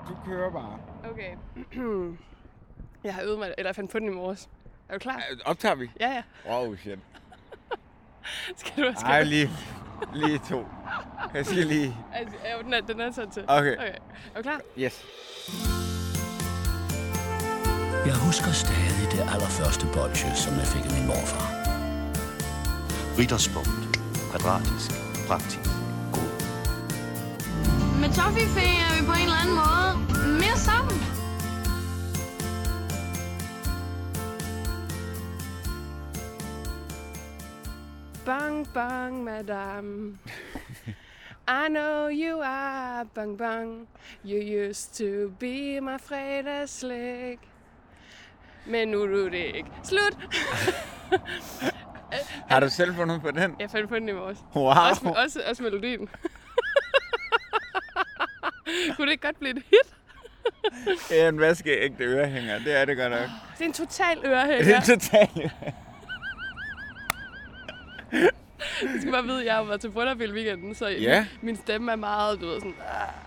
Du kører bare. Okay. Jeg har øvet mig, eller jeg fandt på den i morges. Er du klar? Optager vi? Ja. Wow, shit. Skal du? Ej, lige to. Jeg skal lige... Altså, den er sådan til. Okay. Er du klar? Yes. Jeg husker stadig det allerførste bolsje, som jeg fik af min morfar. Ritterspunkt. Kvadratisk. Praktisk. God. Med Toffifee er vi på en eller anden måde mere sammen. Bang, bang, madame. I know you are bang, bang. You used to be my fredagsslik. Men nu er du det ikke. Slut! Har du selv fundet på den? Jeg fandt på den i morges. Wow. Også melodien. Kunne det ikke godt blive et hit? Det er en vaskeægte ørehænger. Det er det godt nok. Det er en total ørehænger. Det er totalt. Du skal bare vide, at jeg har været til bryllup i weekenden, så min stemme er meget, du ved, sådan...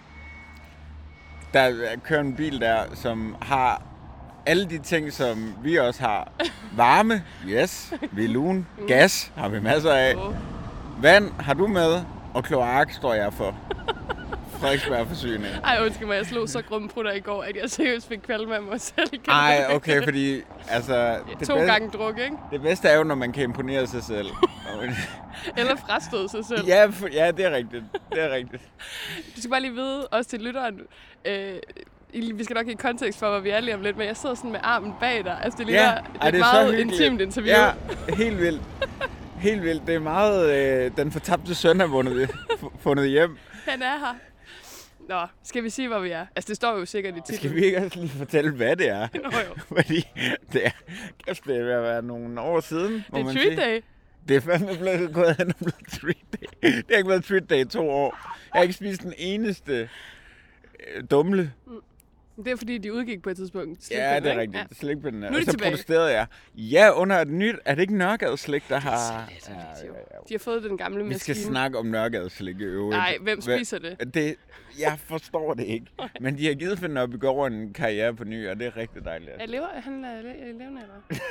Der kører en bil der, som har alle de ting, som vi også har. Varme, yes. Vi er lun. Gas har vi masser af. Vand har du med, og kloak står jeg for. Frederiksberg Forsyning. Ej, undskyld mig, jeg slog så grumprutter i går, at jeg seriøst fik kvalme af mig selv. Ej, okay, fordi altså... To gange druk, ikke? Det bedste er jo, når man kan imponere sig selv. Eller frastøde sig selv. Ja, det er rigtigt. Det er rigtigt. Du skal bare lige vide, også til lytteren, vi skal nok give kontekst for, hvor vi er lige om lidt, men jeg sidder sådan med armen bag dig. Altså, det er et meget intimt interview. Ja, helt vildt. Helt vildt. Det er meget den fortabte søn er fundet hjem. Han er her. Nå, skal vi sige, hvor vi er? Altså, det står jo sikkert i titlen. Skal vi ikke også lige fortælle, hvad det er? Nå jo. Fordi det er ved at være nogle år siden, må det er man treat sige. day. Det er fandme blevet gået hen og blevet treat day. Det har ikke været treat day i 2 år. Jeg har ikke spist den eneste dumle. Det er fordi, de udgik på et tidspunkt. Ja, det er rigtigt. Ja. Slikpinden er. Nu er de og så tilbage. Protesterede jeg. Ja, under et nyt. Er det ikke Nørregade-slik, der har... De har fået den gamle maskine. Vi skal snakke om Nørregade-slik i øvrigt. Nej, hvem spiser det? Jeg forstår det ikke. Men de har givet Finn op i går en karriere på ny, og det er rigtig dejligt. Han er levende, eller?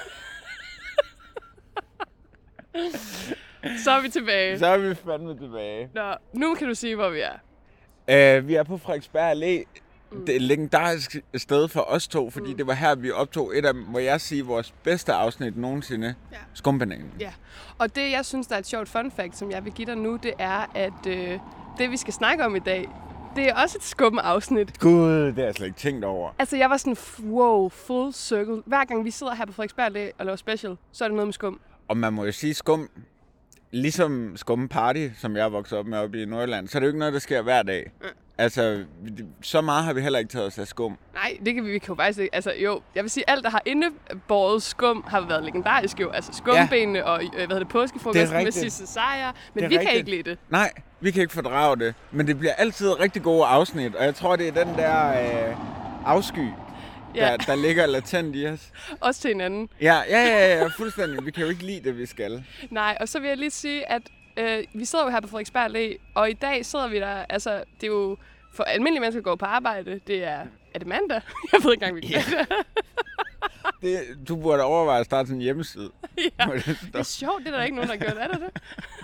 Så er vi tilbage. Så er vi fandme tilbage. Nå, nu kan du sige, hvor vi er. Vi er på Frederiksberg Allé. Det er et legendarisk sted for os to, fordi det var her, vi optog et af, må jeg sige, vores bedste afsnit nogensinde. Ja. Skumbananen. Ja, og det, jeg synes, der er et sjovt fun fact, som jeg vil give dig nu, det er, at det, vi skal snakke om i dag, det er også et skumafsnit. Gud, det har jeg slet ikke tænkt over. Altså, jeg var sådan, wow, full circle. Hver gang vi sidder her på Frederiksberg Allé og laver special, så er det noget med skum. Og man må jo sige, skum, ligesom Skum Party, som jeg er vokset op med oppe i Nordjylland, så er det jo ikke noget, der sker hver dag. Altså, så meget har vi heller ikke taget os af skum. Nej, det kan vi jo faktisk ikke. Altså, jo, jeg vil sige, alt, der har indebåret skum, har været legendarisk jo. Altså, skumbenene og, påskefrokosten med Sisse Sejr. Men vi kan ikke lide det. Nej, vi kan ikke fordrage det. Men det bliver altid rigtig gode afsnit, og jeg tror, det er den der afsky, der ligger latent i os. Også til hinanden. Ja, fuldstændig. Vi kan jo ikke lide det, vi skal. Nej, og så vil jeg lige sige, at vi sidder jo her på Frederiksberg Allé, og i dag sidder vi der, altså, det er jo for almindelige mennesker, der går på arbejde, det er det mandag? Jeg ved ikke engang, vi kan det. Du burde overveje at starte sådan en hjemmeside. Ja, det er sjovt, det er der ikke nogen, der har gjort, er det?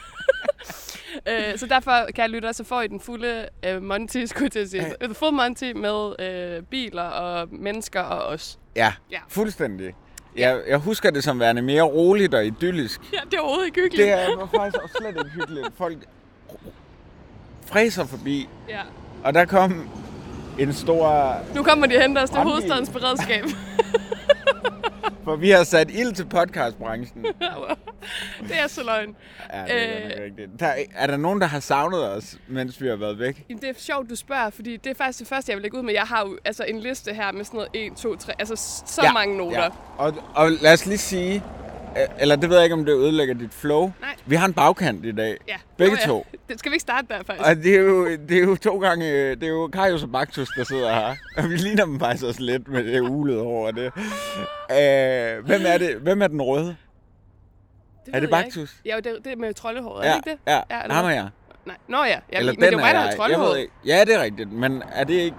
Så derfor, kan jeg lytte, så får I den fulde Monty, skulle jeg til at sige. The full Monty med biler og mennesker og os. Ja, fuldstændig. Jeg husker det som værende mere roligt og idyllisk. Ja, det er overhovedet ikke hyggeligt. Det var faktisk også slet ikke hyggeligt. Folk fræser forbi. Ja. Og der kom en stor... Nu kommer de og henter os til hovedstadens beredskab. For vi har sat ild til podcastbranchen. Det er så løgn. Ja, det er rigtigt. Er der nogen, der har savnet os, mens vi har været væk? Det er sjovt, du spørger, fordi det er faktisk det første, jeg vil lægge ud med. Jeg har jo altså en liste her med sådan noget 1, 2, 3, altså så mange noter. Ja. Og lad os lige sige, eller det ved jeg ikke, om det ødelægger dit flow. Nej. Vi har en bagkant i dag. Ja. Begge to. Det skal vi ikke starte der, faktisk. Og det er jo 2 gange, det er jo Karius og Baktus, der sidder her. Og vi ligner dem faktisk også lidt med det ulede over det. Hvem er den røde? Det er det Baktus? Ja, det er med troldehåret, er det ikke det? Ja, ham er jeg. Nej. Nå ja, eller men det er mig, der har troldehåret. Ja, det er rigtigt, men er det ikke...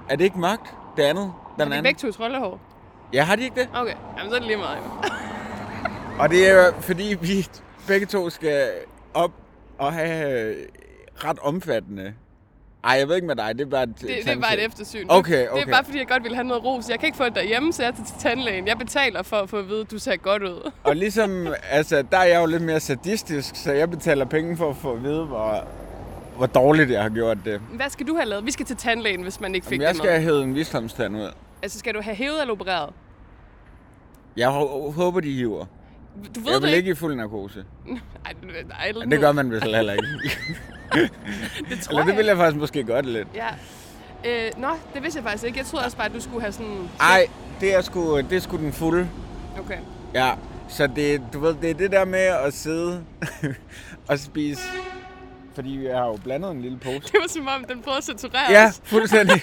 Er det ikke mørkt, det andet? Har de begge to troldehår? Ja, har de ikke det? Okay, jamen så er det lige meget. Og det er jo, fordi vi begge to skal op og have ret omfattende... Ej, jeg ved ikke med dig, det er bare det er bare et eftersyn. Okay. Det er bare fordi, jeg godt vil have noget ros. Jeg kan ikke få det derhjemme, så jeg tager til tandlægen. Jeg betaler for at få at vide, at du ser godt ud. Og ligesom, altså, der er jeg jo lidt mere sadistisk, så jeg betaler penge for at få at vide, hvor dårligt jeg har gjort det. Hvad skal du have lavet? Vi skal til tandlægen, hvis man ikke fik jeg det med. skal have hævet en visdomstand ud. Altså, skal du have hævet eller opereret? Jeg håber, de hiver. Du ved jeg vil det ikke i fuld narkose. Nej, det gør man vist heller ikke. Det tror eller det vil jeg faktisk måske godt lidt. Ja. Nå, det vidste jeg faktisk ikke. Jeg troede også bare, at du skulle have sådan... Nej, det er sgu den fulde. Okay. Ja, så det er det der med at sidde og spise... Fordi vi har jo blandet en lille pose. Det var som om, den prøvede at censurere Ja, os. fuldstændig.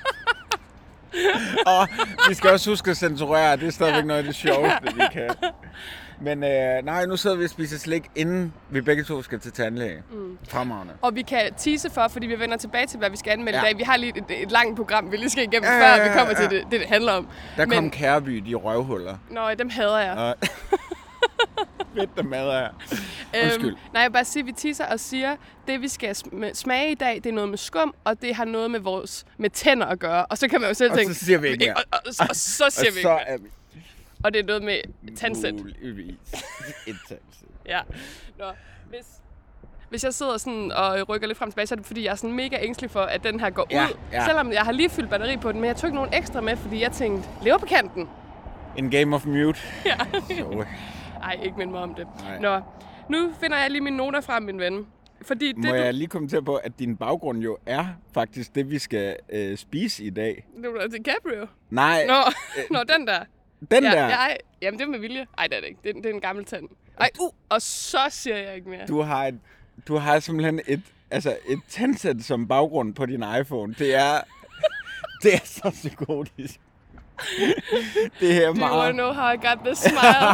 Og vi skal også huske at censurere. Det er stadigvæk noget af det sjoveste, vi kan. Men nej, nu sidder vi og spiser slik, inden vi begge to skal til tandlæge. Fremragende. Og vi kan tease for, fordi vi vender tilbage til, hvad vi skal anmelde i dag. Vi har lige et langt program, vi lige skal igennem, før vi kommer til det handler om. Der kom Kærby, de røvhuller. Nå, dem hader jeg. Fedt, dem hader jeg. Undskyld. Nej, jeg bare siger, vi teaser og siger, det vi skal smage i dag, det er noget med skum, og det har noget med tænder at gøre. Og så kan man jo selv tænke... Og så siger vi ikke mere. Og så siger vi ikke mere. Og det er noget med tandsæt. Muligvis. Et tandsæt. Ja. Nå, hvis jeg sidder sådan og rykker lidt frem tilbage, så er det fordi, jeg er sådan mega ængstelig for, at den her går ud. Ja. Selvom jeg har lige fyldt batteri på den, men jeg tog ikke nogen ekstra med, fordi jeg tænkte, lever på kanten. En game of mute. Ja. Ej, ikke mind mig om det. Nej. Nå, nu finder jeg lige mine noter frem, min ven. Fordi må jeg lige kommentere på, at din baggrund jo er faktisk det, vi skal spise i dag. Det var DiCaprio? Nej. Nå, den der. Den der? Ja, jamen, det er med vilje. Ej, det er det ikke. Det er en gammel tand. Ej, og så siger jeg ikke mere. Du har simpelthen et tandsæt som baggrund på din iPhone. Det er så psykotisk. Det er meget... Do you wanna know how I got this smile?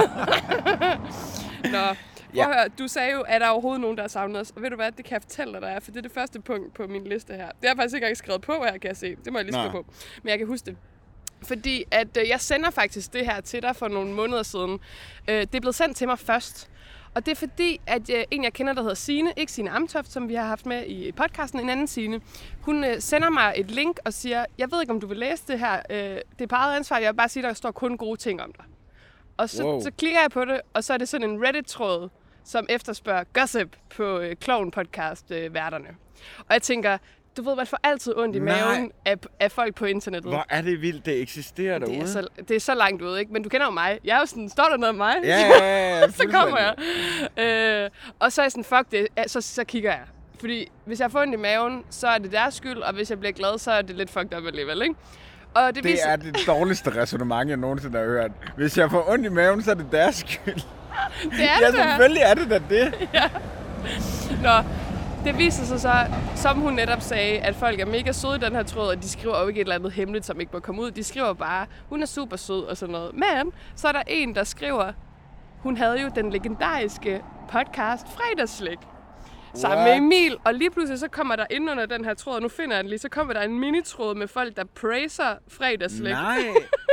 Nå, prøv at høre. Du sagde jo, at der er overhovedet nogen, der har savnet os. Og ved du hvad, det kan jeg fortælle dig, der er, for det er det første punkt på min liste her. Det har jeg faktisk ikke engang skrevet på, her kan jeg se. Det må jeg lige skrive på. Men jeg kan huske det. Fordi at jeg sender faktisk det her til dig for nogle måneder siden. Det er blevet sendt til mig først. Og det er fordi, at en jeg kender, der hedder Signe, ikke Signe Amtoft, som vi har haft med i podcasten, en anden Signe, hun sender mig et link og siger, jeg ved ikke, om du vil læse det her. Det er på eget ansvar, jeg vil bare sige, at der står kun gode ting om dig. Og så klikker jeg på det, og så er det sådan en Reddit-tråd, som efterspørger gossip på Klovn-podcast-værterne. Og jeg tænker, du ved, man får altid ondt i maven af folk på internettet. Hvor er det vildt, det eksisterer derude. Det er så langt ude, ikke? Men du kender jo mig. Jeg er jo sådan, står der noget om mig? Ja, så kommer jeg. Og så er jeg sådan, fuck det. Så kigger jeg. Fordi hvis jeg får ondt i maven, så er det deres skyld, og hvis jeg bliver glad, så er det lidt fucked up alligevel, ikke? Og det er det dårligste ræsonnement, jeg nogensinde har hørt. Hvis jeg får ondt i maven, så er det deres skyld. Det er det da. Selvfølgelig er det da det. Ja. Nå, det viser sig så, som hun netop sagde, at folk er mega søde i den her tråd, og de skriver jo ikke et eller andet hemmeligt, som ikke må komme ud. De skriver bare, hun er super sød og sådan noget. Men så er der en, der skriver, hun havde jo den legendariske podcast Fredagsslik sammen med Emil. Og lige pludselig så kommer der ind under den her tråd, og nu finder jeg den lige, så kommer der en minitråd med folk, der praiser Fredagsslik. Nej!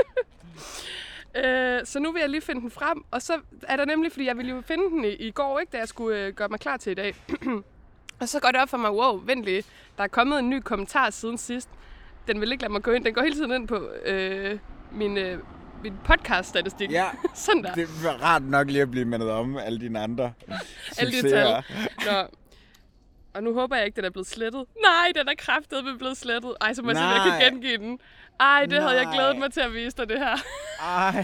Så nu vil jeg lige finde den frem, og så er der nemlig, fordi jeg ville jo finde den i går, ikke, da jeg skulle gøre mig klar til i dag. Og så går det op for mig, wow, vent lige, der er kommet en ny kommentar siden sidst. Den vil ikke lade mig gå ind. Den går hele tiden ind på min podcast-statistik. Ja, sådan der. Det var rart nok lige at blive mindet om alle dine andre alle de tal. Nå. Og nu håber jeg ikke, den er blevet slettet. Nej, den er kraftedeme blevet slettet. Ej, så må jeg sige, at jeg kan gengive den. Ej, det havde jeg glædet mig til at vise dig, det her. Ej.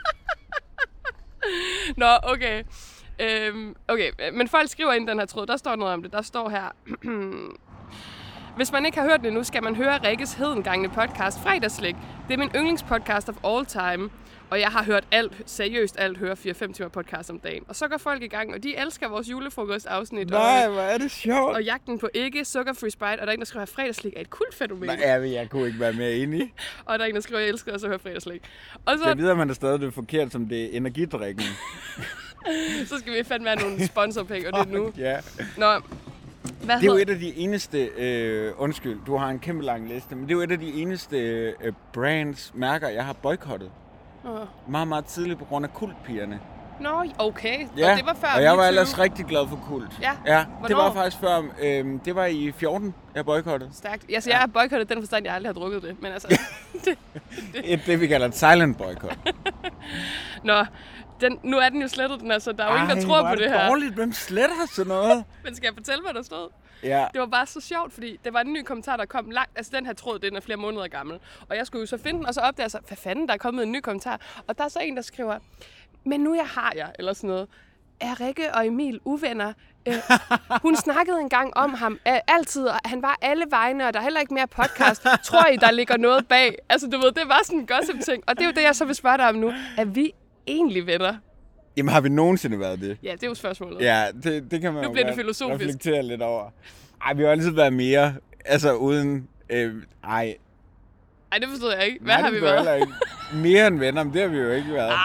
Nå, okay. Okay, men folk skriver ind i den her tråd. Der står noget om det. Der står her... Hvis man ikke har hørt det nu, skal man høre Rikkes hedengangne podcast Fredagsslik. Det er min yndlingspodcast of all time. Og jeg har hørt alt, hører 4-5 timer podcast om dagen. Og så går folk i gang, og de elsker vores julefrokostafsnit. Nej, hvor er det sjovt. Og jagten på ikke sukkerfree Sprite. Og der er en, der skriver, at Fredagsslik er et kultfænomen. Nej, jeg kunne ikke være mere enig. Og der er en, der skriver, at jeg elsker også at høre Fredagsslik. Og så... Jeg ved, at man er stadig det forkert, som det er energidrikken. Så skal vi fandme have nogle sponsorpenge, og det er nu. Ja. Nå, Det er jo et af de eneste, undskyld, du har en kæmpe lang liste, men det er jo et af de eneste brands, mærker, jeg har boykottet. Meget, meget tidligt på grund af kultpigerne. Nå, okay. Ja, og det var før og jeg var MeToo. ellers rigtig glad for kult. Ja, det hvornår? var faktisk før, det var i 14, jeg boykottede. Stærkt. Altså, jeg har boykottet den forstand, jeg aldrig har drukket det, men altså... Det vi kalder et silent boykot. Nå, nu er den jo slettet, den altså. Der er jo ingen, der tror på det her. Dårligt, hvem sletter sådan noget? Men skal jeg fortælle, hvad der stod? Ja. Det var bare så sjovt, fordi det var en ny kommentar, der kom langt. Altså, den her tråd, den er flere måneder gammel. Og jeg skulle jo så finde den, og så opdage jeg så, hvad fanden, der er kommet en ny kommentar. Og der er så en, der skriver, men nu har jeg, eller sådan noget. Er Rikke og Emil uvenner? Hun snakkede engang om ham altid, og han var alle vegne, og der er heller ikke mere podcast. Tror I, der ligger noget bag? Altså, du ved, det var sådan en gossip-ting. Og det er jo det, jeg så vil spørge dig om nu. Er vi egentlig venner? Jamen, har vi nogensinde været det? Ja, det er jo spørgsmålet. Ja, det kan man Nu bliver det filosofisk. Reflektere lidt over. Ej, vi har altid været mere, altså uden... Ej, det forstod jeg ikke. Hvad har vi været? Ikke. Mere end venner, men det har vi jo ikke været.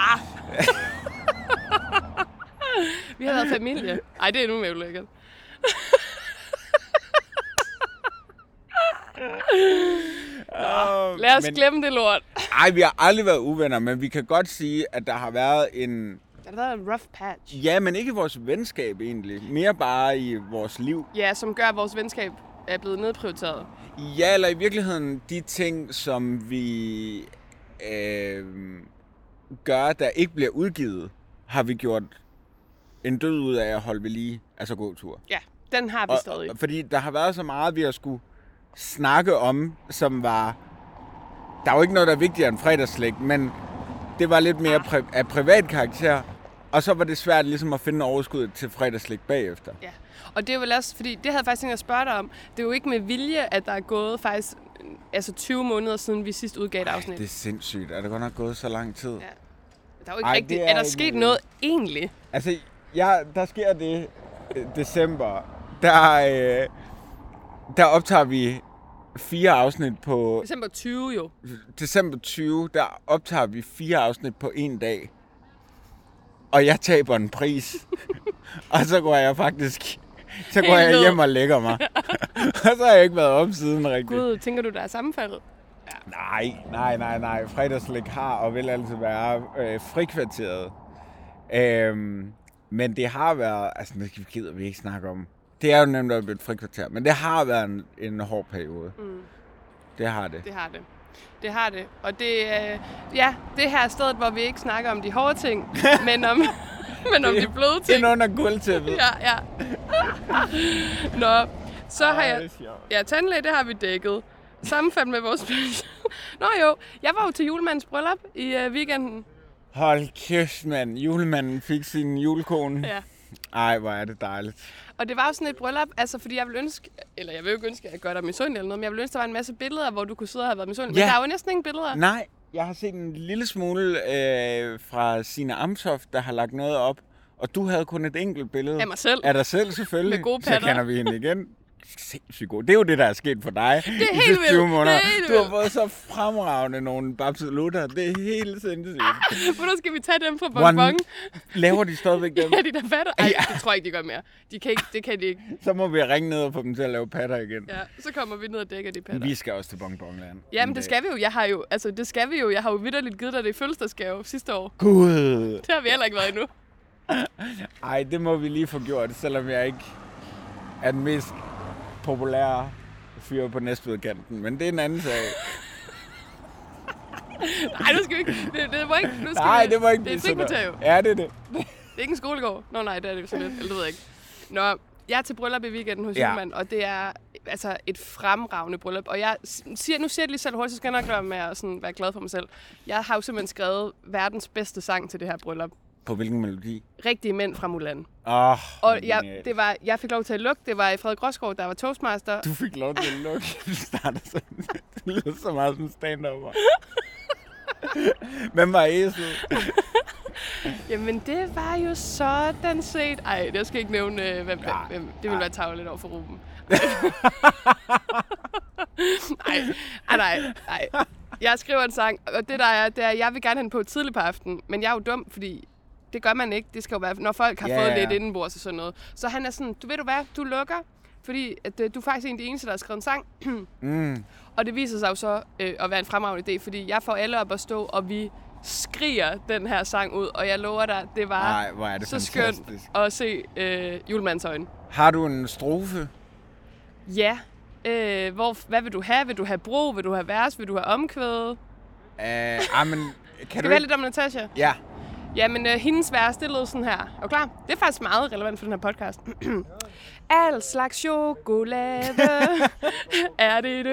Vi har været familie. Ej, det er endnu mere ulækkert. Lad os glemme det lort. Ej, vi har aldrig været uvenner, men vi kan godt sige, at der har været en... Der har været en rough patch. Ja, men ikke i vores venskab egentlig. Mere bare i vores liv. Ja, som gør, at vores venskab er blevet nedprioriteret. Ja, eller i virkeligheden de ting, som vi gør, der ikke bliver udgivet, har vi gjort en død ud af at holde ved lige. Altså gåtur. Ja, den har vi stadig. Fordi der har været så meget, vi har skulle snakke om, som var... Der er jo ikke noget, der er vigtigere end fredagsslik, men det var lidt mere af privat karakter. Og så var det svært ligesom at finde overskud til fredagsslik bagefter. Ja, og det er vel også, fordi det havde jeg faktisk tænkt at spørge dig om. Det er jo ikke med vilje, at der er gået faktisk 20 måneder siden vi sidst udgav et afsnit. Det er sindssygt. Er det godt nok gået så lang tid? Ja. Der er jo ikke rigtigt. Er der sket noget egentlig? Altså, der sker det december. Der optager vi 4 afsnit på... December 20 jo. December 20, der optager vi 4 afsnit på en dag. Og jeg taber en pris. Og så går jeg faktisk... Så går jeg hjem og lægger mig. Og så har jeg ikke været op siden rigtigt. Gud, tænker du, der er sammenfaldet? Ja. Nej. Fredagslik har og vil altid være frikvarteret. Men det har været... Altså, det gider vi ikke snakke om. Det er jo nemt at blive et frikvarter. Men det har været en hård periode. Mm. Det har det. Det har det. Og det det her er stedet, hvor vi ikke snakker om de hårde ting, men om de bløde ting. Det er under guldtæppet. Ja. Nå, så har jeg... Ja, tandlæge, det har vi dækket. Sammenfald med vores... Nå jo, jeg var jo til julemandens bryllup i weekenden. Hold kæft, mand. Julemanden fik sin julekone. Ja. Ej, hvor er det dejligt. Og det var jo sådan et bryllup, altså fordi jeg vil ønske, eller jeg vil jo ikke ønske, at jeg gør dig misundelig eller noget, men jeg vil ønske, der var en masse billeder, hvor du kunne sidde og have været misundelig. Ja. Men der er jo næsten ingen billeder. Nej, jeg har set en lille smule fra Signe Amtoft, der har lagt noget op. Og du havde kun et enkelt billede. Af mig selv. Af dig selv, selvfølgelig. Med gode patter. Så kender vi hende igen. Sindssygt god. Det er jo det, der er sket for dig. Det er helt vildt. 20 måneder. Helt du har fået så fremragende nogle babselutter. Det er helt sindssygt. Hvordan skal vi tage dem fra bonbon? Laver de stadigvæk dem? Ja, de der patter. Ej, det tror jeg ikke, de gør mere. Det kan de ikke. Så må vi ringe ned og få dem til at lave patter igen. Ja, så kommer vi ned og dækker de patter. Vi skal også til bonbonland. Jamen, det skal vi jo. Jeg har jo vitterligt givet dig det i fødselsdagsgave sidste år. Gud. Det har vi heller ikke været endnu. Ej, det må vi lige få gjort, selvom jeg ikke er den mest populære fyr på Næstvedkanten. Men det er en anden sag. Nej, nu skal vi ikke. Det må ikke. Det må ikke blive sådan noget. Det er et Ja, det er det. Det er ikke en skolegård. Nå nej, det er det jo så lidt. Eller det ved jeg ikke. Nå, jeg er til bryllup i weekenden hos Julemand, og det er altså et fremragende bryllup. Og nu siger jeg det lige selv hurtigt, så skal jeg nok lade med at sådan være glad for mig selv. Jeg har jo simpelthen skrevet verdens bedste sang til det her bryllup. På hvilken melodi? Rigtige mænd fra Mulan. Og jeg fik lov til at lukke. Det var i Frederik Gråsgaard, der var toastmaster. Du fik lov til at lukke. Det lyder så meget som stand-upper. Hvem var æslet? Jamen, det var jo sådan set... Ej, jeg skal ikke nævne, hvem. Det ville være tarveligt over for Ruben. Nej. Jeg skriver en sang, og det er, jeg vil gerne have den på tidligt på aftenen, men jeg er jo dum, fordi det gør man ikke. Det skal jo være, når folk har fået lidt indenbords og sådan noget. Så han er sådan, du ved hvad, du lukker, fordi at, du er faktisk en af de eneste, der har skrevet en sang. Og det viser sig jo så at være en fremragende idé, fordi jeg får alle op at stå, og vi skriger den her sang ud, og jeg lover dig, det var så skønt at se Julemandens øjne. Har du en strofe? Ja. Hvad vil du have? Vil du have bro? Vil du have vers? Vil du have omkvæd? Skal vi have lidt om Natasha? Ja. Jamen, hendes vers, det lød sådan her. Er du klar? Det er faktisk meget relevant for den her podcast. Al slags chokolade er dit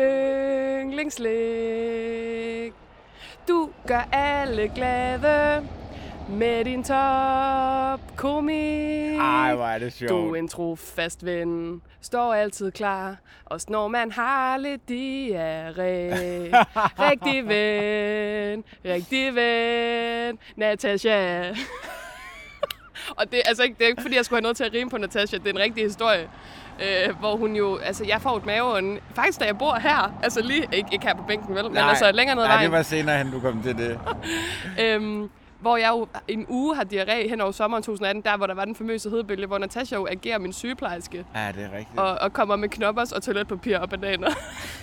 yndlingsslik. Du gør alle glade med din topkomik. Ej, hvor er det sjovt. Du er en trofast ven, står altid klar, også når man har lidt diarré. Rigtig ven, Natasha. Og det er ikke fordi, jeg skulle have noget til at rime på Natasha. Det er en rigtig historie, hvor hun jo... Altså, jeg får et maveånd. Faktisk, da jeg bor her. Altså, lige... Ikke her på bænken, vel? Men altså, længere ned ad vejen. Nej, det var senere, hen du kom til det. Hvor jeg jo en uge har diarré hen over sommeren 2018, der hvor der var den famøse hedebølge, hvor Natasha jo agerer min sygeplejerske. Ja, det er rigtigt. Og kommer med knoppers og toiletpapir og bananer.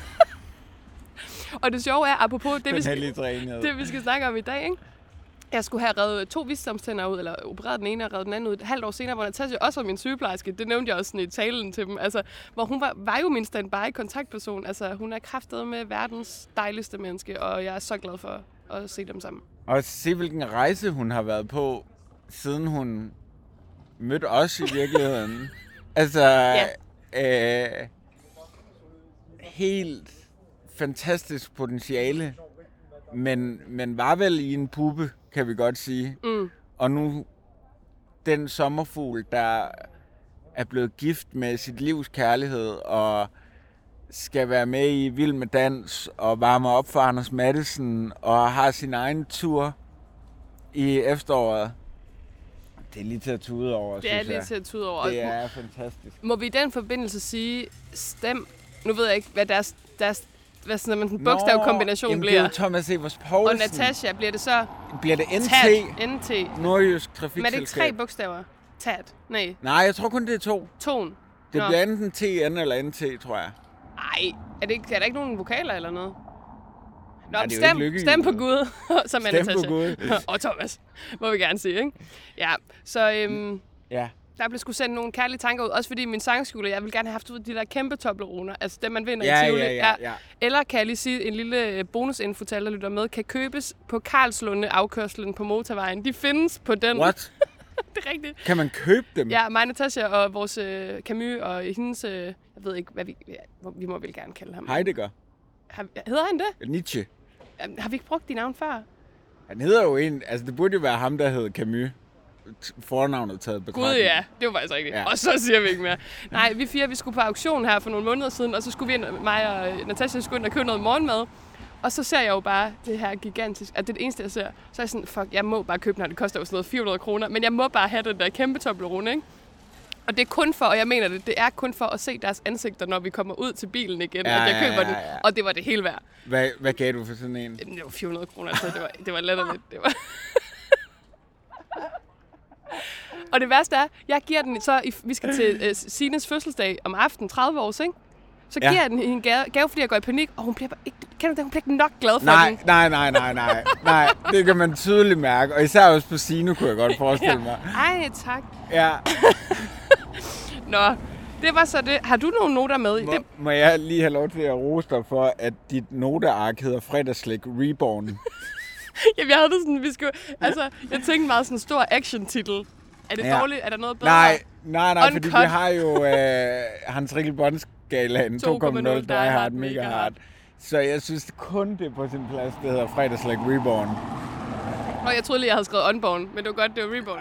Og det sjove er, apropos det, vi skal snakke om i dag, ikke? Jeg skulle have revet 2 visdomstænder ud, eller opereret den ene og revet den anden ud et halvt år senere, hvor Natasha også var min sygeplejerske. Det nævnte jeg også sådan i talen til dem. Altså, hvor hun var jo min standby-kontaktperson. Altså, hun er kraftet med verdens dejligste menneske, og jeg er så glad for at se dem sammen. Og se, hvilken rejse hun har været på, siden hun mødte os i virkeligheden. Altså, helt fantastisk potentiale, men var vel i en puppe, kan vi godt sige. Og nu den sommerfugl, der er blevet gift med sit livs kærlighed, og skal være med i Vild med Dans, og varme op for Anders Matthesen, og har sin egen tur i efteråret. Det er lige til at tude over, Det er lige til at tude over. Det er fantastisk. Må vi i den forbindelse sige, stem, nu ved jeg ikke, hvad deres hvad sådan en bogstavkombination bliver. Det er jo Thomas Evers Poulsen. Og Natasha, bliver det så? Bliver det NT? NT. Nordjysk Trafikselskab. Men er det ikke 3 bogstaver? TAT? Nej, jeg tror kun det er 2. Ton. Det bliver enten TN eller NT, tror jeg. Nej, er der ikke nogen vokaler eller noget? Nå, nej, stem på Gud, som er Natasha. Stem på Gud. Og Thomas, må vi gerne sige, ikke? Ja, så ja. Der blev sgu sendt nogle kærlige tanker ud, også fordi min sangskole, jeg vil gerne have haft de der kæmpe Toblerone, altså dem man vinder i Tivoli. Ja. Eller kan jeg lige sige, en lille bonusinfo til alle, der lytter med, kan købes på Karlslunde afkørslen på motorvejen. De findes på den. What? Det er rigtigt. Kan man købe dem? Ja, mig, Natasha og vores Camus og hendes, jeg ved ikke, hvad vi må vel gerne kalde ham. Heidegger. Hedder han det? Nietzsche. Har vi ikke brugt de navn før? Han hedder jo altså det burde jo være ham, der hed Camus. Fornavnet taget betragtning. Gud ja, det var faktisk rigtigt. Ja. Og så siger vi ikke mere. Nej, vi skulle på auktion her for nogle måneder siden, og så skulle mig og Natasha skulle ind og købe noget morgenmad. Og så ser jeg jo bare det her gigantisk, at det er det eneste, jeg ser. Så er jeg sådan, fuck, jeg må bare købe den her, det koster jo sådan noget 400 kroner, men jeg må bare have den der kæmpe Toblerone, ikke? Og det er kun for, og jeg mener det er kun for at se deres ansigter, når vi kommer ud til bilen igen, at jeg køber den, og det var det hele værd. Hvad gav du for sådan en? Det var 400 kroner, så det var latterligt. Det var... Og det værste er, jeg giver den så, vi skal til Sines fødselsdag om aftenen, 30 år, ikke? Så giver jeg den en gave, fordi jeg går i panik, og hun bliver bare ikke, kan du det, hun bliver ikke nok glad for den. Nej, det kan man tydeligt mærke, og især også på Sine, kunne jeg godt forestille mig. Ej, tak. Ja. Nå, det var så det. Har du nogle noter med? Må jeg lige have lov til at rose dig for, at dit noteark hedder Fredagsslik Reborn? Jamen, jeg havde det sådan, jeg tænkte meget sådan en stor action-titel. Er det dårligt? Er der noget bedre? Nej, fordi vi har jo Hans Rikkel Bond-skalaen 2.0, Die Hard, Mega Hard. Så jeg synes kun det er på sin plads, det hedder Fredagsslik Reborn. Og jeg troede lige, jeg havde skrevet Unborn, men det var godt, det var Reborn.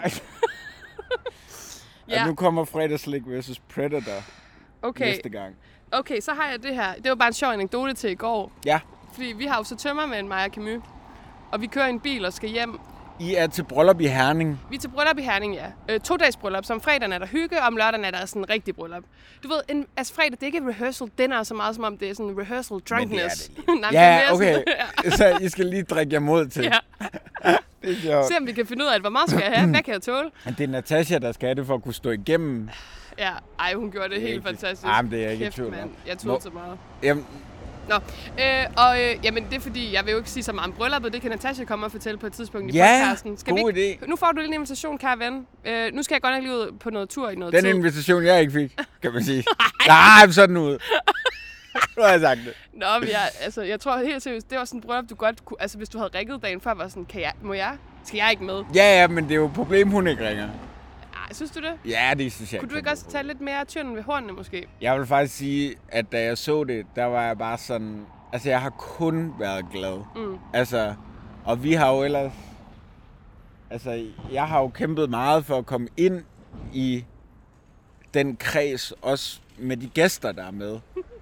Ja. Og nu kommer Fredagsslik vs. Predator næste gang. Okay, så har jeg det her. Det var bare en sjov anekdote til i går. Ja. Fordi vi har jo så tømmermænd, mig og Camus. Og vi kører i en bil og skal hjem. I er til bryllup i Herning. Vi er til bryllup i Herning, ja. 2-dages bryllup. Så om fredagen er der hygge, og om lørdagen er der sådan en rigtig bryllup. Du ved, fredag, det er ikke rehearsal dinner så meget, som om det er sådan rehearsal drunkenness. Nej, ja, okay. Så I skal lige drikke jer mod til. Ja. Det er sjovt. Se om vi kan finde ud af, hvor meget skal jeg have, hvad kan jeg tåle? Det er Natasha, der skal have det for at kunne stå igennem Ja, ej, hun gjorde det helt fantastisk. Jamen, det er jeg ikke i Kæft, tvivl mand. om. Jeg tog så meget. Jamen, Nå, jamen det er fordi, jeg vil jo ikke sige så meget om brylluppet. Det kan Natasha komme og fortælle på et tidspunkt i podcasten. God idé. Nu får du en invitation, kære ven. Nu skal jeg godt nok lige ud på noget tur i noget Den tid. invitation, jeg ikke fik, kan man sige. Nej, sådan ud. Nu har jeg sagt det. Nå, men jeg tror helt seriøst, det var sådan et bryllup, du godt kunne... Altså, hvis du havde ringet dagen før, var sådan, skal jeg ikke med? Ja, men det er jo et problem, hun ikke ringer. Ej, synes du det? Ja, det synes jeg. Kunne du ikke også tage lidt mere tynden ved hornene, måske? Jeg vil faktisk sige, at da jeg så det, der var jeg bare sådan... Altså, jeg har kun været glad. Altså, og vi har jo ellers... Altså, jeg har jo kæmpet meget for at komme ind i den kreds, også med de gæster, der er med.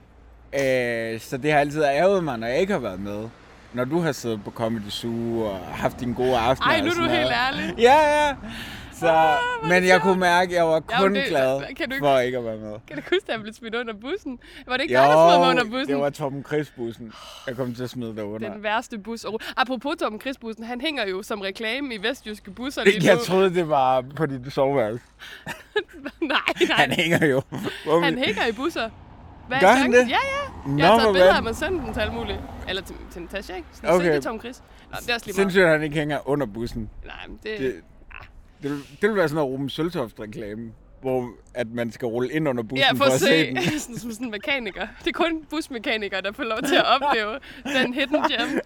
Så det har altid ærget mig, når jeg ikke har været med. Når du har siddet på Comedy Zoo og haft dine gode aftener. Ej, nu er du helt ærlig. Ja. Så, men jeg kunne mærke, at jeg var kun glad for ikke at være med. Kan du huske, at jeg blev smidt under bussen? Var det ikke dig, der smed mig under bussen? Det var Torben Chris-bussen. Jeg kom til at smide dig under. Den værste bus. Apropos Torben Chris-bussen, han hænger jo som reklame i vestjyske busser lige nu. Jeg troede, det var på dit soveværelse. Nej. Han hænger jo. Han hænger i busser. Gør han det? Ja. Jeg har taget billeder af mig og sendt dem til alle mulige. Eller til Natasha, ikke? Sådan, okay. Se det, Torben Chris. Nå, det er også lige meget. Sindssygt, at han ikke hænger under bussen. Nej, men det vil være sådan noget Ruben Søltoft-reklame, hvor at man skal rulle ind under bussen for at se den. som sådan en mekaniker. Det er kun busmekanikere, der får lov til at opleve den hidden gem.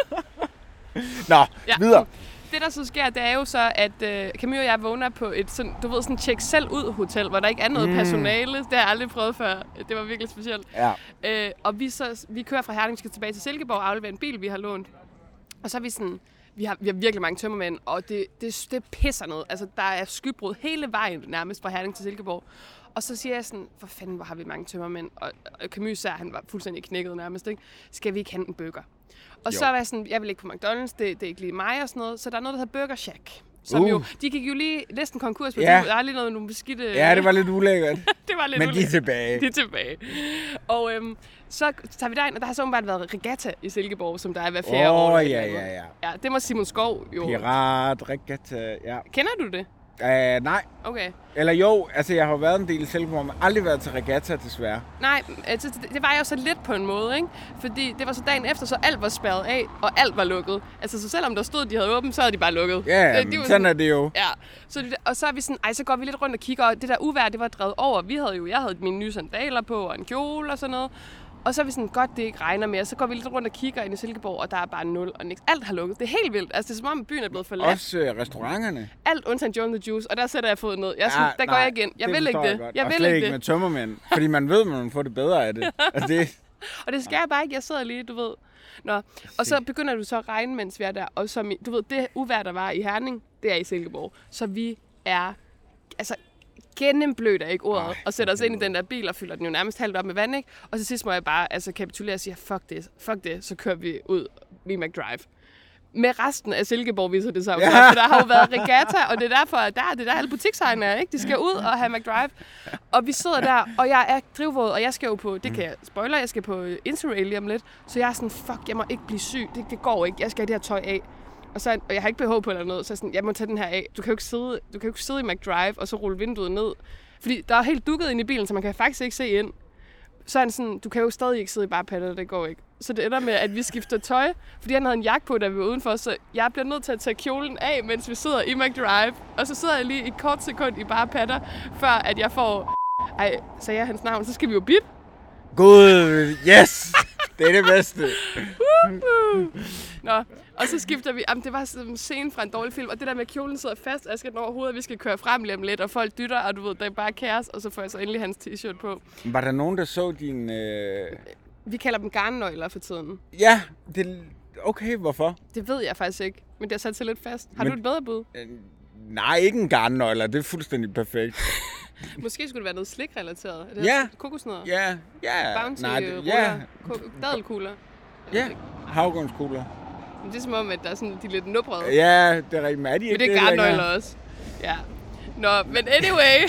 Nå, videre. Det, der så sker, det er jo så, at Camille og jeg vågner på et sådan, du ved, sådan tjek selv ud hotel, hvor der ikke er noget personale. Det har jeg aldrig prøvet før. Det var virkelig specielt. Ja. Og vi kører fra Herning, skal tilbage til Silkeborg og aflevere en bil, vi har lånt. Og så er vi sådan... Vi har virkelig mange tømmermænd, og det pisser noget. Altså, der er skybrud hele vejen nærmest fra Herning til Silkeborg. Og så siger jeg sådan, for fanden, hvor har vi mange tømmermænd? Og Camus sagde, han var fuldstændig knækket nærmest, ikke? Skal vi ikke hente en burger? Og så var jeg sådan, jeg vil ikke på McDonald's, det er ikke lige mig og sådan noget. Så der er noget, der hedder Burger Shack. Som jo, de gik jo lige næsten konkurs på det. Der er lige nogle beskidte... Ja, det var lidt ulækkert. Det var lidt men de er tilbage. De er tilbage. Og så tager vi derind, og der har så åbenbart været regatta i Silkeborg, som der er hver 4 år. Ja. Ja, det var Simon Skov jo. Pirat, regatta, ja. Kender du det? Nej. Okay. Eller jo, altså jeg har været en del i Silkeborg, men aldrig været til regatta, desværre. Nej, altså, det var jeg jo så lidt på en måde, ikke? Fordi det var så dagen efter, så alt var spærret af, og alt var lukket. Altså, så selvom der stod, de havde åbent, så havde de bare lukket. Ja, sådan er det jo. Ja, og så er vi sådan, så går vi lidt rundt og kigger, og det der uvejr, det var drevet over. Jeg havde mine nye sandaler på, og en kjole og sådan noget. Og så er vi sådan, godt det ikke regner mere. Så går vi lidt rundt og kigger ind i Silkeborg, og der er bare 0 og niks. Alt har lukket. Det er helt vildt. Altså, det er som om byen er blevet forladt. Også restauranterne. Alt undtagen Joe the Juice, og der sætter jeg foden ned. Der går jeg ikke ind. Jeg vil ikke det. Jeg vil ikke med tømmermænd, fordi man ved, at man får det bedre af det. Altså, og det skal jeg bare ikke. Jeg sidder lige, du ved. Nå. Og så begynder du så at regne, mens vi er der. Og som, du ved, det uvejr, der var i Herning, det er i Silkeborg. Så vi er, altså, gennemblødt er ikke ordet, og sætter os ind i den der bil og fylder den jo nærmest halvt op med vand, ikke? Og til sidst må jeg bare kapitulere og sige, fuck det, så kører vi ud i McDrive. Med resten af Silkeborg viser det sig jo, for der har jo været regatta, og det er derfor, at det er der alle butiksejerne er, ikke? De skal ud og have McDrive. Og vi sidder der, og jeg er drivvåd, og jeg skal jo på, det kan jeg spoiler, jeg skal på Interrail lige om lidt, så jeg er sådan, jeg må ikke blive syg, det går ikke, jeg skal have det her tøj af. Og jeg har ikke behov på eller noget, så sådan, jeg må tage den her af. Du kan jo ikke sidde i McDrive og så rulle vinduet ned. Fordi der er helt dukket ind i bilen, så man kan faktisk ikke se ind. Så er han sådan, du kan jo stadig ikke sidde i bare patter, det går ikke. Så det ender med, at vi skifter tøj, fordi han havde en jakke på, da vi var udenfor, så jeg bliver nødt til at tage kjolen af, mens vi sidder i McDrive. Og så sidder jeg lige et kort sekund i bare patter, før at jeg får... sagde jeg hans navn, så skal vi jo bip. Gud, yes! Det er det bedste. Nå, og så skifter vi. Det var sådan en scene fra en dårlig film, og det der med, at kjolen sidder fast, og jeg skal nå over hovedet, vi skal køre frem lige om lidt, og folk dytter, og du ved, der er bare kaos, og så får jeg så endelig hans t-shirt på. Var der nogen, der så din... Vi kalder dem garnnøgler for tiden. Ja, okay, hvorfor? Det ved jeg faktisk ikke, men det har sat sig lidt fast. Har du et bedre bud? Nej, ikke en garnnøgler, det er fuldstændig perfekt. Måske skulle det være noget slikrelateret. Er det kokosnødder? Ja. Bounty ruller. Dadelkugler. Ja, havgårdskugler. Det er som om, at der er sådan de lidt nubrede. Ja, det er rigtig mærdigt. Men det er garnnøgler også. Ja. Nå, men anyway,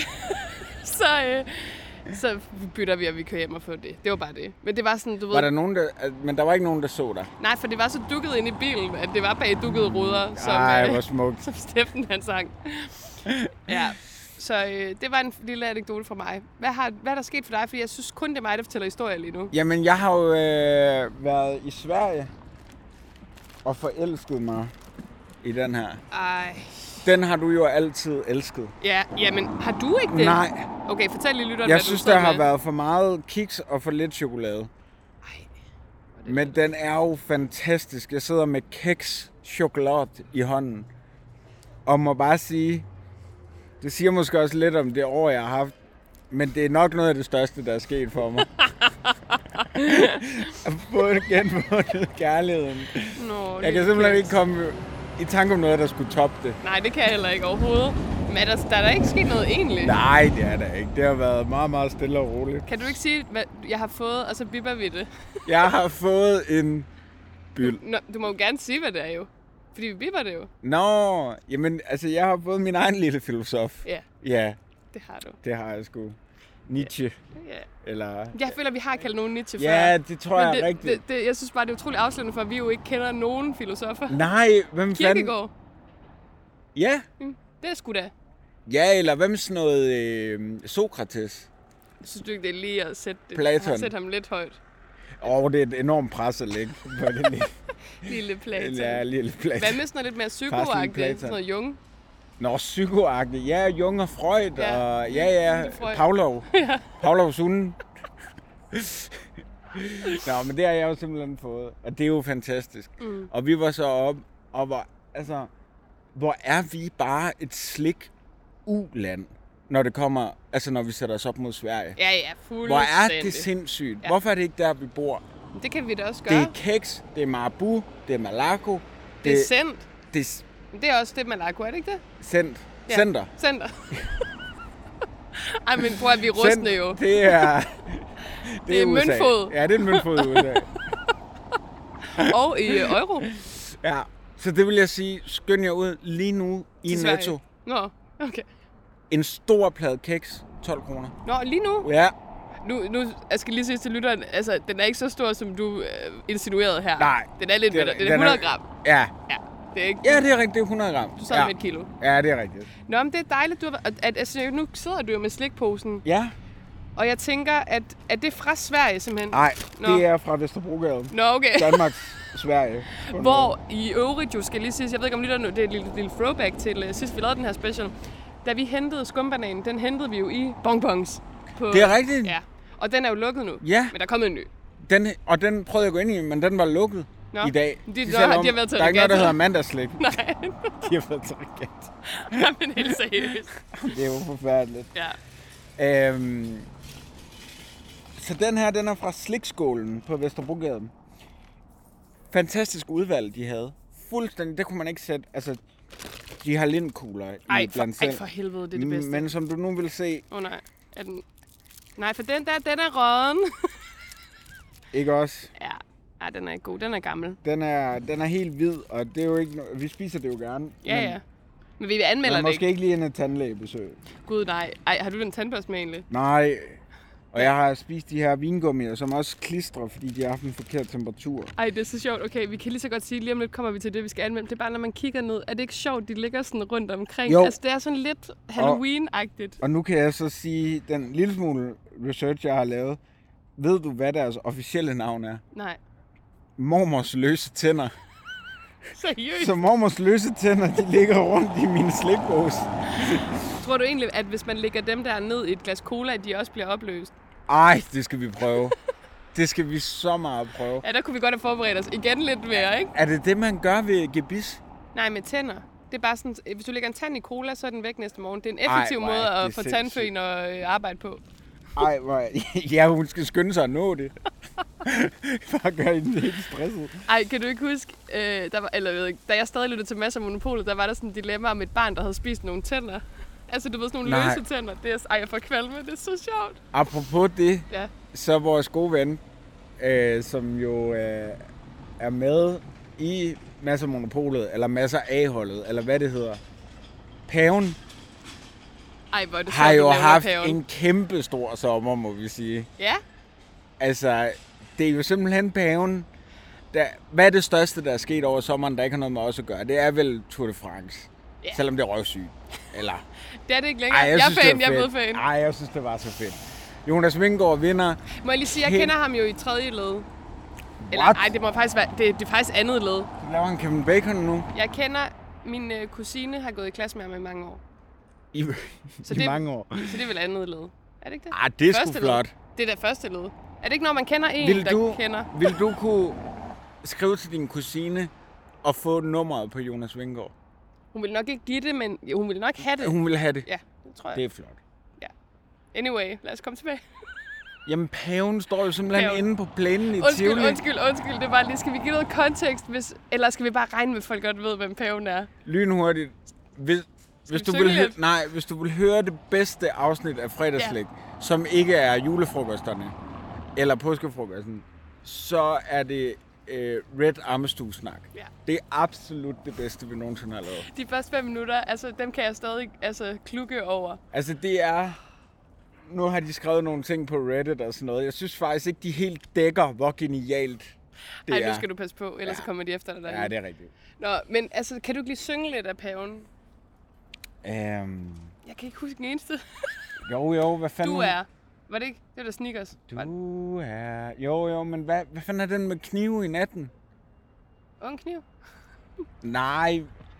så bytter vi, og vi kører hjem og får det. Det var bare det. Men det var sådan, du ved... Var der nogen, men der var ikke nogen, der så dig? Nej, for det var så dukket ind i bilen, at det var bag dukkede ruder, hvor smukt. som Steffen han sang. Ja. Så det var en lille anekdote fra mig. Hvad er der sket for dig? Fordi jeg synes kun, det er mig, der fortæller historier lige nu. Jamen, jeg har jo været i Sverige og forelsket mig i den her. Ej. Den har du jo altid elsket. Ja, jamen, har du ikke det? Nej. Okay, fortæl lige lytteren, Jeg hvad synes, du sidder der har med. været for meget kiks og for lidt chokolade. Men den er jo fantastisk. Jeg sidder med keks chokolade i hånden. Og må bare sige, det siger måske også lidt om det år, jeg har haft. Men det er nok noget af det største, der er sket for mig. At få genfundet kærligheden. Nå, Jeg kan simpelthen ikke komme i tanke om noget, der skulle toppe det. Nej, det kan jeg heller ikke overhovedet. Men der er der ikke sket noget egentlig? Nej, det er der ikke. Det har været meget, meget stille og roligt. Kan du ikke sige, hvad jeg har fået, og så bipper vi det? Jeg har fået en byld. Nå, du må jo gerne sige, hvad det er jo. Fordi vi bipper det jo. Nå, jamen, altså, jeg har fået min egen lille filosof. Ja, Ja, det har du. det har jeg sgu. Nietzsche, Ja. eller... Jeg føler, vi har kaldt nogen Nietzsche før. Ja, det tror jeg er rigtigt. Jeg synes bare, det er utroligt afslørende for, at vi jo ikke kender nogen filosofer. Nej, hvem fanden... Kierkegaard, Ja, det er sgu da. ja, eller hvem sådan noget Sokrates. Synes du ikke, det er lige at Platon. sætte ham lidt højt? Det er et enormt pres at lægge på det lige. Lille Platon. Ja, lille Platon. Hvad med sådan noget lidt mere psykoagtigt? Platon. Sådan noget Jung? Nå, psykoagtigt. Ja, Jung og Freud, Ja, og ja, Freud. Pavlov. Pavlovs hunde. Nå, men det har jeg jo simpelthen fået, og det er jo fantastisk. Og vi var så op, og hvor er vi bare et slik u-land, når det kommer, altså når vi sætter os op mod Sverige. Ja, fuldstændig. Hvor er det sindssygt. Ja. Hvorfor er det ikke der, vi bor? Det kan vi da også gøre. Det er keks, det er marabu, det er malaco. Det er sendt. Det er Det er også det, Malaco, er det ikke det? sendt. Ja. Center. Center. Ej, men prøv at vi er rustne jo. Det er... Det er USA. møntfod. Ja, det er en møntfod i USA. Og i euro. Ja, så det vil jeg sige, skynd jer ud lige nu i Til Sverige. Netto. Nå, okay. En stor plade keks, 12 kroner. Nå, lige nu? Ja, Nu jeg skal lige sige til lytteren, altså, den er ikke så stor, som du insinuerede her. Nej. Den er lidt Det er- mindre. Den er den er- 100 gram. ja. Ja, det er ikke... Ja, det er rigtigt, det er 100 gram. Du sad ja. med 1 kilo. Ja, det er rigtigt. Nå, men det er dejligt, du har... Altså, nu sidder du jo med slikposen, Ja, og jeg tænker, at det er fra Sverige simpelthen. nej, Nå. det er fra Vesterbrogade. Nå, okay. Danmarks Sverige. Hvor i øvrigt jo skal lige sige, jeg ved ikke om lytterne, det er et lille throwback til sidst vi lavede den her special. Da vi hentede skumbananen, den hentede vi jo i bonbons. Det er rigtigt. Ja, og den er jo lukket nu. Ja. Men der er kommet en ny. Den prøvede jeg at gå ind i, men den var lukket Nå. i dag. De Selvom har været til der er ikke noget, der regatta. hedder mandagslik. Nej, De har været til regat. men helt seriøst. Det er jo forfærdeligt. Ja. Så den her, den er fra Slikskålen på Vesterbrogade. Fantastisk udvalg, de havde. Fuldstændig, det kunne man ikke sætte. Altså, de har lindkugler i blandt selv. For helvede, det er det bedste. Men som du nu vil se, Nej. Er den... Nej, for den er råden. ikke også? Ja, den er ikke god. Den er gammel. Den er helt hvid, og det er jo ikke vi spiser det jo gerne. Ja. Men vi anmelder men det måske ikke lige en et tandlægebesøg. Gud, nej. Ej, har du den tandbørste med egentlig? Nej. Og jeg har spist de her vingummier, som også klistrer, fordi de har haft en forkert temperatur. Ej, det er så sjovt. Okay, vi kan lige så godt sige, lige om lidt kommer vi til det, vi skal anmelde. Det er bare, når man kigger ned. Er det ikke sjovt, de ligger sådan rundt omkring? Jo. Altså, det er sådan lidt Halloween-agtigt. Og nu kan jeg så sige, den lille smule research, jeg har lavet. Ved du, hvad deres officielle navn er? Nej. Mormors løse tænder. Seriøst? Så mormors løse tænder, de ligger rundt i min slikpose. Tror du egentlig, at hvis man lægger dem der ned i et glas cola, at de også bliver opløst? Ej, det skal vi prøve. Det skal vi så meget prøve. Ja, der kunne vi godt have forberedt os igen lidt mere, ikke? Er det det, man gør ved gebis? Nej, med tænder. Det er bare sådan, hvis du lægger en tand i cola, så er den væk næste morgen. Det er en effektiv hvor er måde det at få sindssygt. tandføen og arbejde på. Ej, ja, hun skal skynde sig at nå det. Bare gør hende helt stresset. Ej, kan du ikke huske, da jeg stadig lyttede til Mads og Monopolet, der var der sådan et dilemma om et barn, der havde spist nogle tænder. Altså, du ved, sådan nogle løse tænder. Det er, jeg får kvalme, det er så sjovt. Apropos det, Ja. så vores gode ven, som jo er med i Masser Monopolet, eller Masser A-holdet, eller hvad det hedder. Paven Ej, hvor er det har sjovt, jo du nævner haft paven. en kæmpe stor sommer, må vi sige. Ja, Altså, det er jo simpelthen paven. Hvad er det største, der er sket over sommeren, der ikke har noget med os at gøre? Det er vel Tour de France. Ja. Selvom det er røvsygt. Eller... Det er det ikke længere. Jeg er fan, jeg er blevet fan. Ej, jeg synes, det var så fedt. Jonas Vingegaard vinder. Må jeg lige sige, jeg kender ham jo i tredje led. Eller, What? nej, det må faktisk være, det er faktisk andet led. Så laver han Kevin Bacon nu. Jeg kender, min kusine har gået i klasse med ham i mange år. I mange år. Så det er vel andet led. Er det ikke det? Ah, det er sgu Første flot. led. Det er da første led. Er det ikke, når man kender en, der kender? Vil du kunne skrive til din kusine og få nummeret på Jonas Vingegaard? Hun vil nok ikke give det, men hun vil nok have det. Hun vil have det? Ja, det tror jeg. Det er flot. Ja. Anyway, lad os komme tilbage. Jamen, paven står jo simpelthen inde på plænen i Tivoli. Undskyld. Det er bare lige, skal vi give noget kontekst, eller skal vi bare regne med, at folk godt ved, hvem paven er? Lynhurtigt. Hvis du vil høre det bedste afsnit af Fredagslæg, som ikke er julefrokosterne eller påskefrokosten, så er det Red Armestue-snak. Ja. Det er absolut det bedste, vi nogensinde har lavet. De første 5 minutter, altså dem kan jeg stadig klukke over. Altså det er... Nu har de skrevet nogle ting på Reddit og sådan noget. Jeg synes faktisk ikke, de helt dækker, hvor genialt det er. Ej, nu skal du passe på, ellers så kommer de efter dig derinde. Ja, det er rigtigt. Nå, men altså, kan du ikke lige synge lidt af paven? Jeg kan ikke huske den eneste. Jo, hvad fanden... Du er. Var det ikke? Det var da Sneakers. Du er... Jo, men hvad fanden er den med knive i natten? En kniv? Nej.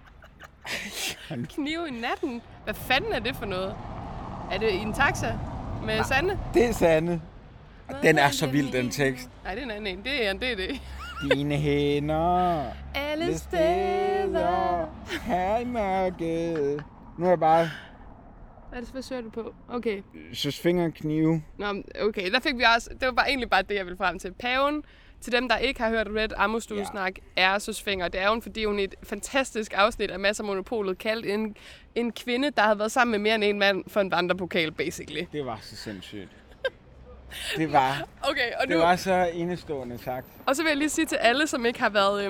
Knive i natten? Hvad fanden er det for noget? Er det i en taxa med Sanne? Det er Sanne. Den er så vild, den tekst. Nej, det er en anden en. Det er det. Dine hænder. Alle steder. Her i mørket. Nu er jeg bare... Hvad søger du på? Okay. Søs fingerknive. Nå, okay. Der fik vi også... Det var egentlig bare det, jeg ville frem til. Paven, til dem, der ikke har hørt Red Armestue-snak, er Søs Finger. Det er hun, fordi hun i et fantastisk afsnit af Mads og Monopolet kaldte en kvinde, der havde været sammen med mere end en mand for en vandrepokal, basically. Det var så sindssygt. Det var, okay, og det var så enestående sagt. Og så vil jeg lige sige til alle, som ikke har været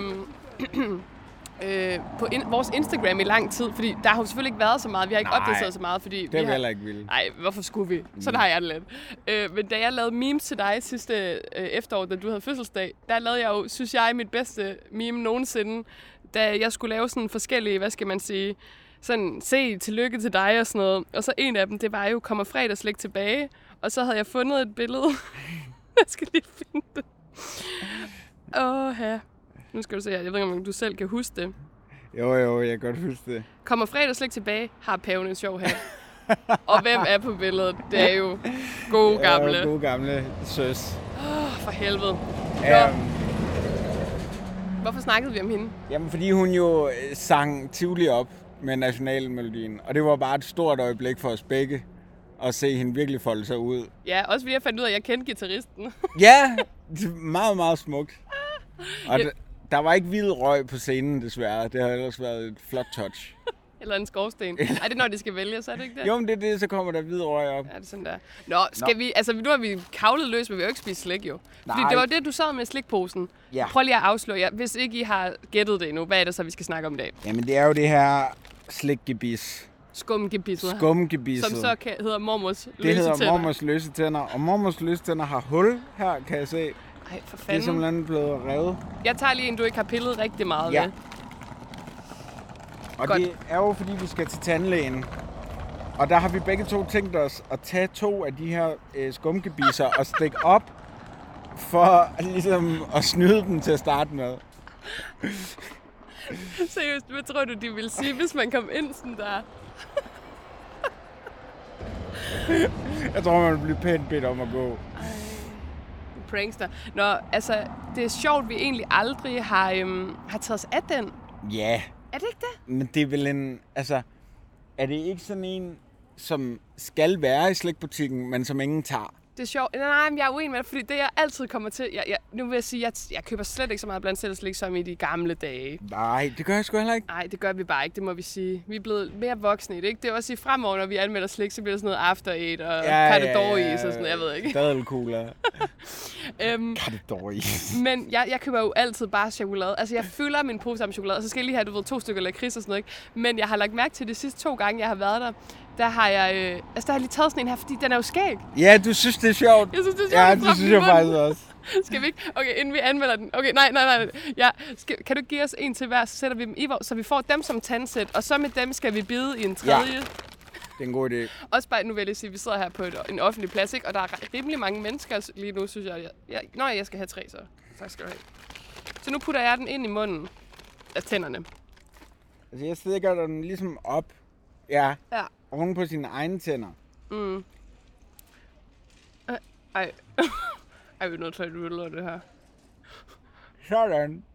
på vores Instagram i lang tid, fordi der har jo selvfølgelig ikke været så meget. Vi har ikke opdateret så meget, fordi det er vi heller ikke vildt. Nej, hvorfor skulle vi? Sådan har jeg det lidt. Men da jeg lavede memes til dig sidste efterår, da du havde fødselsdag, der lavede jeg jo, synes jeg, mit bedste meme nogensinde, da jeg skulle lave sådan forskellige, hvad skal man sige, sådan se tillykke til dig og sådan noget. Og så en af dem, det var jo, kommer fredagslæg tilbage, og så havde jeg fundet et billede. Jeg skal lige finde det. Ja. Nu skal du se her. Jeg ved ikke, om du selv kan huske det. Jo, jeg kan godt huske det. Kommer fredagslæg tilbage, har paven en sjov hat. Og hvem er på billedet? Det er jo gode gamle. Gode gamle Søs. For helvede. Hvorfor snakkede vi om hende? Jamen, fordi hun jo sang Tivoli op med nationalmelodien. Og det var bare et stort øjeblik for os begge at se hende virkelig folde sig ud. Ja, også fordi jeg fandt ud af, at jeg kendte guitaristen. Ja, det er meget, meget smukt. Og der var ikke hvid røg på scenen, desværre. Det har ellers været et flot touch. Eller en skorsten. Ej, det er når de skal vælge, så er det ikke det? Jo, men det er det, så kommer der hvid røg op. Ja, det er sådan der. Nå, skal vi... Altså, nu har vi kavlet løs, men vi har jo ikke spist slik, jo. Fordi det var det, du sad med slikposen. Ja. Prøv lige at afsløre jer. Hvis ikke I har gættet det endnu, hvad er det så, vi skal snakke om i dag? Jamen, det er jo det her slikgebis. Skumgebisset. Skumgebisset. Som så hedder mormors løse tænder. Det hedder tænder. mormors løse tænder. Og mormors løse tænder har hul her, kan jeg se. Ej, for fanden. Det er simpelthen blevet revet. Jeg tager lige en, du ikke har pillet rigtig meget ved. Og godt. Det er jo, fordi vi skal til tandlægen. Og der har vi begge to tænkt os at tage 2 af de her skumgebisser og stikke op for ligesom at snyde dem til at starte med. Seriøst, hvad tror du, de ville sige, hvis man kom ind sådan der? Jeg tror, man vil blive pænt bedt om at gå. Prankster. Nå, altså, det er sjovt, vi egentlig aldrig har taget os af den. Ja. Er det ikke det? Men det er vel en... Altså, er det ikke sådan en, som skal være i slikbutikken, men som ingen tager? Det er sjovt. Nej, men jeg er uenig med det, fordi det, jeg altid kommer til... Nu vil jeg sige, jeg køber slet ikke så meget blandt selv slik som i de gamle dage. Nej, det gør jeg sgu heller ikke. Nej, det gør vi bare ikke, det må vi sige. Vi er blevet mere voksne i det, ikke? Det er også i fremover, når vi anmelder slik, så bliver det sådan noget After Eight og Katador-is og sådan, jeg ved ikke. Dadelkugler. Katador-is. Men jeg køber jo altid bare chokolade. Altså, jeg fylder min pose med chokolade, og så skal jeg lige have, 2 stykker lakrids og sådan noget, ikke? Men jeg har lagt mærke til de sidste 2 gange, jeg har været der har jeg lige taget sådan en her, fordi den er jo skæg. Ja, du synes, det er sjovt. Jeg synes, det er sjovt. Ja, det synes jeg faktisk også. Skal vi ikke? Okay, inden vi anmelder den. Okay, nej. Ja, kan du give os en til hver, så sætter vi dem i, så vi får dem som tandsæt, og så med dem skal vi bide i en tredje. Ja, det er en god idé. Også bare, nu vil jeg sige, vi sidder her på en offentlig plads, ikke? Og der er rimelig mange mennesker lige nu, synes jeg. Jeg skal have 3, så. Tak skal du have. Så nu putter jeg den ind i munden af tænderne. Altså, jeg stikker den ligesom op. Ja. Oven på sine egne tænder. Mm. Ej, vi er nødt til at rulle det her. Sådan.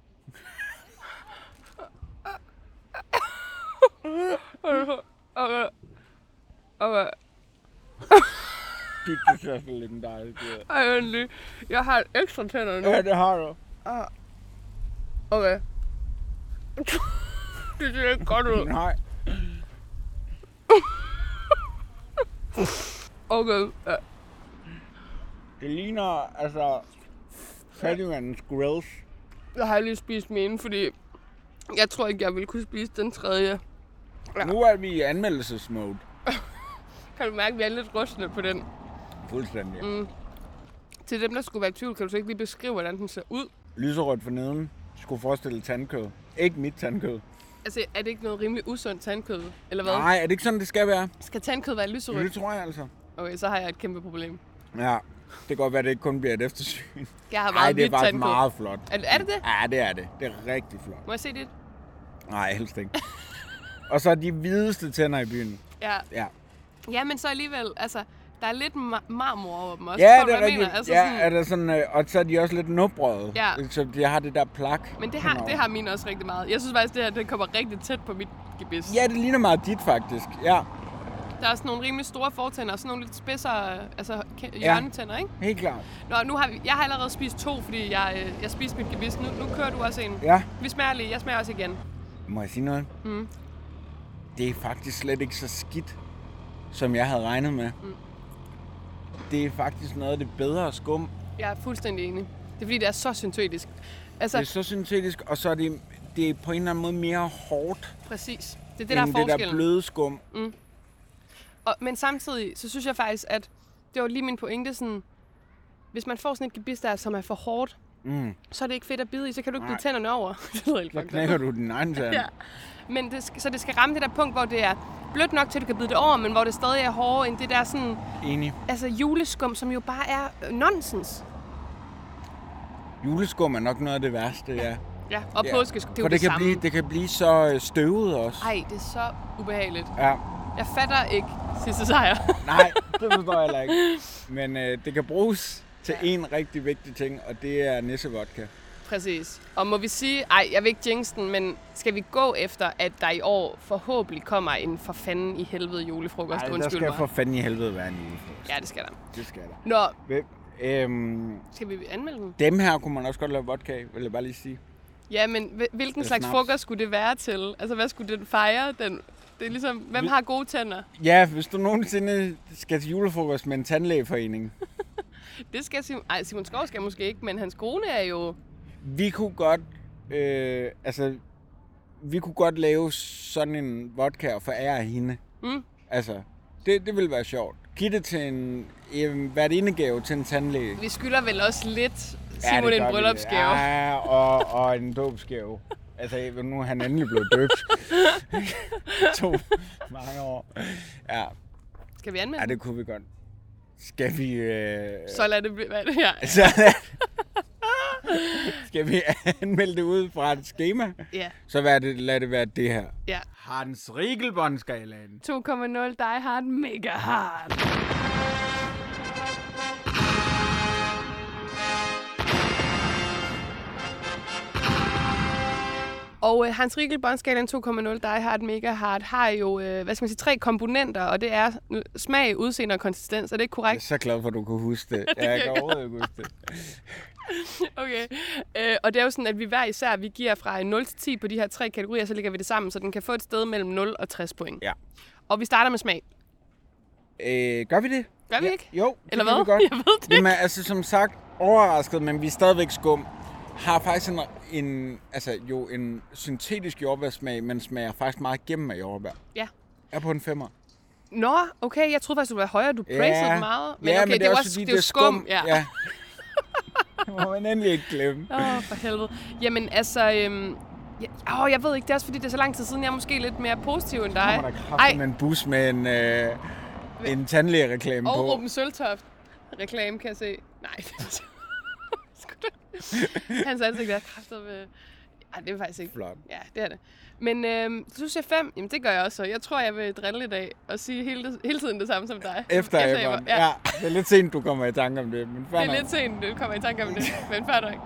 Okay. Det er så lidt dejligt. Ej, endelig. Jeg har ekstra tænder nu. Ja, det har du. Okay. Det ser ikke godt ud. Nej. Okay. Ja. Det ligner, altså, fattigmandens grills. Jeg har lige spist mine, fordi jeg tror ikke, jeg ville kunne spise den tredje. Ja. Nu er vi i anmeldelsesmode. Kan du mærke, at vi er lidt rustne på den? Fuldstændig. Til dem, der skulle være i tvivl, kan du så ikke lige beskrive, hvordan den ser ud? Lyserødt for neden. Skulle forestille tandkød. Ikke mit tandkød. Altså, er det ikke noget rimelig usundt tandkød, eller hvad? Nej, er det ikke sådan, det skal være? Skal tandkød være lyserødt? Det tror jeg altså. Okay, så har jeg et kæmpe problem. Ja, det kan godt være, at det ikke kun bliver et eftersyn. Jeg har meget det er hvidt faktisk tandkød. meget flot. Er det det? Ja, det er det. Det er rigtig flot. Må jeg se det? Nej, helst ikke. Og så de hvideste tænder i byen. Ja. Ja, men så alligevel, altså, der er lidt marmor over dem også. Ja, Tror, det er rigtigt. Altså, ja, sådan... er der sådan, og så er de også lidt nubrede. Ja. Så de har det der plak. Men det har mine også rigtig meget. Jeg synes faktisk, det her det kommer rigtig tæt på mit gebis. Ja, det ligner meget dit faktisk. Ja. Der er også nogle rimelig store fortænder, og sådan nogle lidt spidsere hjørnetænder, ikke? Helt klart. Nå, jeg har allerede spist 2, fordi jeg spiste mit gebis. Nu kører du også en. Ja. Vi smager lige. Jeg smager også igen. Må jeg sige noget? Det er faktisk slet ikke så skidt, som jeg havde regnet med. Det er faktisk noget af det bedre skum. Jeg er fuldstændig enig. Det er fordi, det er så syntetisk. Altså, det er så syntetisk, og så er det er på en eller anden måde mere hårdt. Præcis. Det er det, der er forskellen. Det der bløde skum. Men samtidig, så synes jeg faktisk, at det var lige min pointe, sådan, hvis man får sådan et gebis der, som er for hårdt, så er det ikke fedt at bide i, så kan du ikke bide tænderne over. Så knækker du din egen tand. Ja. Men så det skal ramme det der punkt, hvor det er blødt nok til, at du kan bide det over, men hvor det stadig er hårdere end det der sådan... Enig. Altså juleskum, som jo bare er nonsens. Juleskum er nok noget af det værste, ja. Ja, og påskeskum, det er jo det samme. Det kan blive så støvet også. Ej, det er så ubehageligt. Ja. Jeg fatter ikke sidste sejr. Nej, det forstår jeg heller ikke. Men det kan bruges til en rigtig vigtig ting, og det er nissevodka. Præcis. Og må vi sige, jeg vil ikke jinx den, men skal vi gå efter, at der i år forhåbentlig kommer en for fanden i helvede julefrokost? Nej, der skal for fanden i helvede være en julefrokost. Ja, det skal der. Det skal der. Nå. Skal vi anmelde den? Dem her kunne man også godt lave vodka af, vil jeg bare lige sige. Ja, men hvilken slags frokost skulle det være til? Altså, hvad skulle den fejre? Det er ligesom, hvem har gode tænder? Ja, hvis du nogensinde skal til julefrokost med en tandlægeforening. Det skal Simon Skov skal måske ikke, men hans kone er jo... Vi kunne godt lave sådan en vodka og forære hende. Altså, det ville være sjovt. Giv det til en værtindegave til en tandlæge. Vi skylder vel også lidt Simon en bryllupsgave. Ja, og en dåbsgave. Altså, nu er han endelig blevet døbt. 2 mange år. Ja. Skal vi anmelde? Ja, det kunne vi godt. Skal vi... Så lad det blive, hvad det her. Skal vi anmelde det ud fra et skema? Ja. Så lad det være det her. Ja. Hans Riegelbåndskalaen. 2,0 Die Hard Mega Hard. Og Hans Riegelbåndskalaen 2,0 Die Hard Mega Hard har jo 3 komponenter, og det er smag, udseende og konsistens. Er det ikke korrekt? Jeg er så glad for, at du kan huske det. Jeg kan overhovedet ikke huske det. Okay. Og det er jo sådan, at vi hver især vi giver fra 0 til 10 på de her 3 kategorier, så lægger vi det sammen, så den kan få et sted mellem 0 og 60 point. Ja. Og vi starter med smag. Gør vi det? Gør vi ikke? Jo, eller hvad? Vi godt. Jeg ved det ikke. Jamen, altså som sagt, overrasket, men vi er stadigvæk skum. Har faktisk en syntetisk jordbærsmag, men smager faktisk meget gennem af jordbær. Ja. Er på en 5'er. Nå, okay. Jeg troede faktisk, du var højere. Du praisede meget. Men okay, men det er også fordi, det er skum. Ja. må man endelig ikke glemme. For helvede. Jamen altså, jeg ved ikke, det er også fordi, det er så lang tid siden, jeg er måske lidt mere positiv end dig. Kommer der kraftigt med en bus med en tandlægereklame på. Og Ruben Søltoft reklame, kan jeg se. Nej, det er så... Hans ansigt er kraftet med... Ej, det er faktisk ikke. Flot. Ja, det er det. Men du siger 5. Jamen, det gør jeg også. Jeg tror, jeg vil drille i dag og sige hele tiden det samme som dig. Efter Ebon. Ja. Det er lidt sent, du kommer i tanke om det. Men det er lidt sent, du kommer i tanke om det. Men før dig.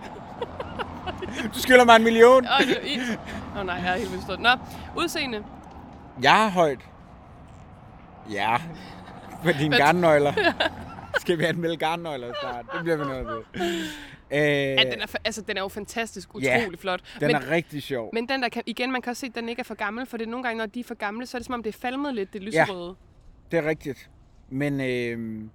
Du skylder mig 1 million. Nej, jeg er helt vildt stort. Nå, udseende. Jeg er højt. Ja. Med dine garnnøgler. Skal vi anmelde garnnøgler snart? Det bliver vi nødt til. Den er jo fantastisk, utrolig flot. Den er rigtig sjov. Men den der igen, man kan også se, at den ikke er for gammel, for det er nogle gange, når de er for gamle, så er det som om, det er falmet lidt, det lyserøde. Ja, det er rigtigt. Men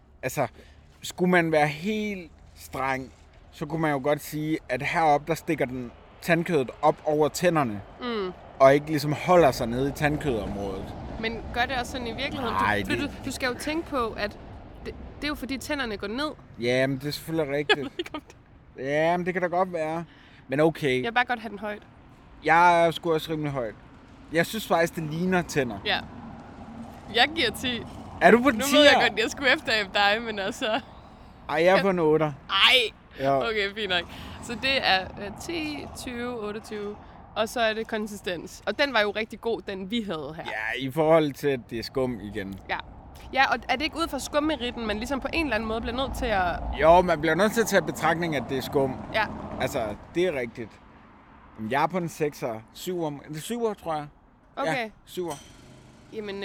skulle man være helt streng, så kunne man jo godt sige, at heroppe, der stikker den tandkødet op over tænderne, og ikke ligesom holder sig nede i tandkødområdet. Men gør det også sådan i virkeligheden? Nej, du skal jo tænke på, at det er jo fordi tænderne går ned. Ja, men det er selvfølgelig rigtigt. Ja, men det kan da godt være. Men okay. Jeg vil bare godt have den højt. Jeg er sgu også rimelig højt. Jeg synes faktisk, det ligner tænder. Ja. Jeg giver 10. Er du på 10? Nu ved jeg godt, jeg skulle efter dig, men altså... Ej, jeg er på en 8. Ej! Ja. Okay, fint nok. Så det er 10, 20, 28, og så er det konsistens. Og den var jo rigtig god, den vi havde her. Ja, i forhold til, at det er skum igen. Ja. Ja, og er det ikke ud fra skummeritten, man ligesom på en eller anden måde bliver nødt til at... Jo, man bliver nødt til at tage betragtning, at det er skum. Ja. Altså, det er rigtigt. Jeg er på en 6'er. 7'er, tror jeg. Okay. Ja, 7'er. Jamen,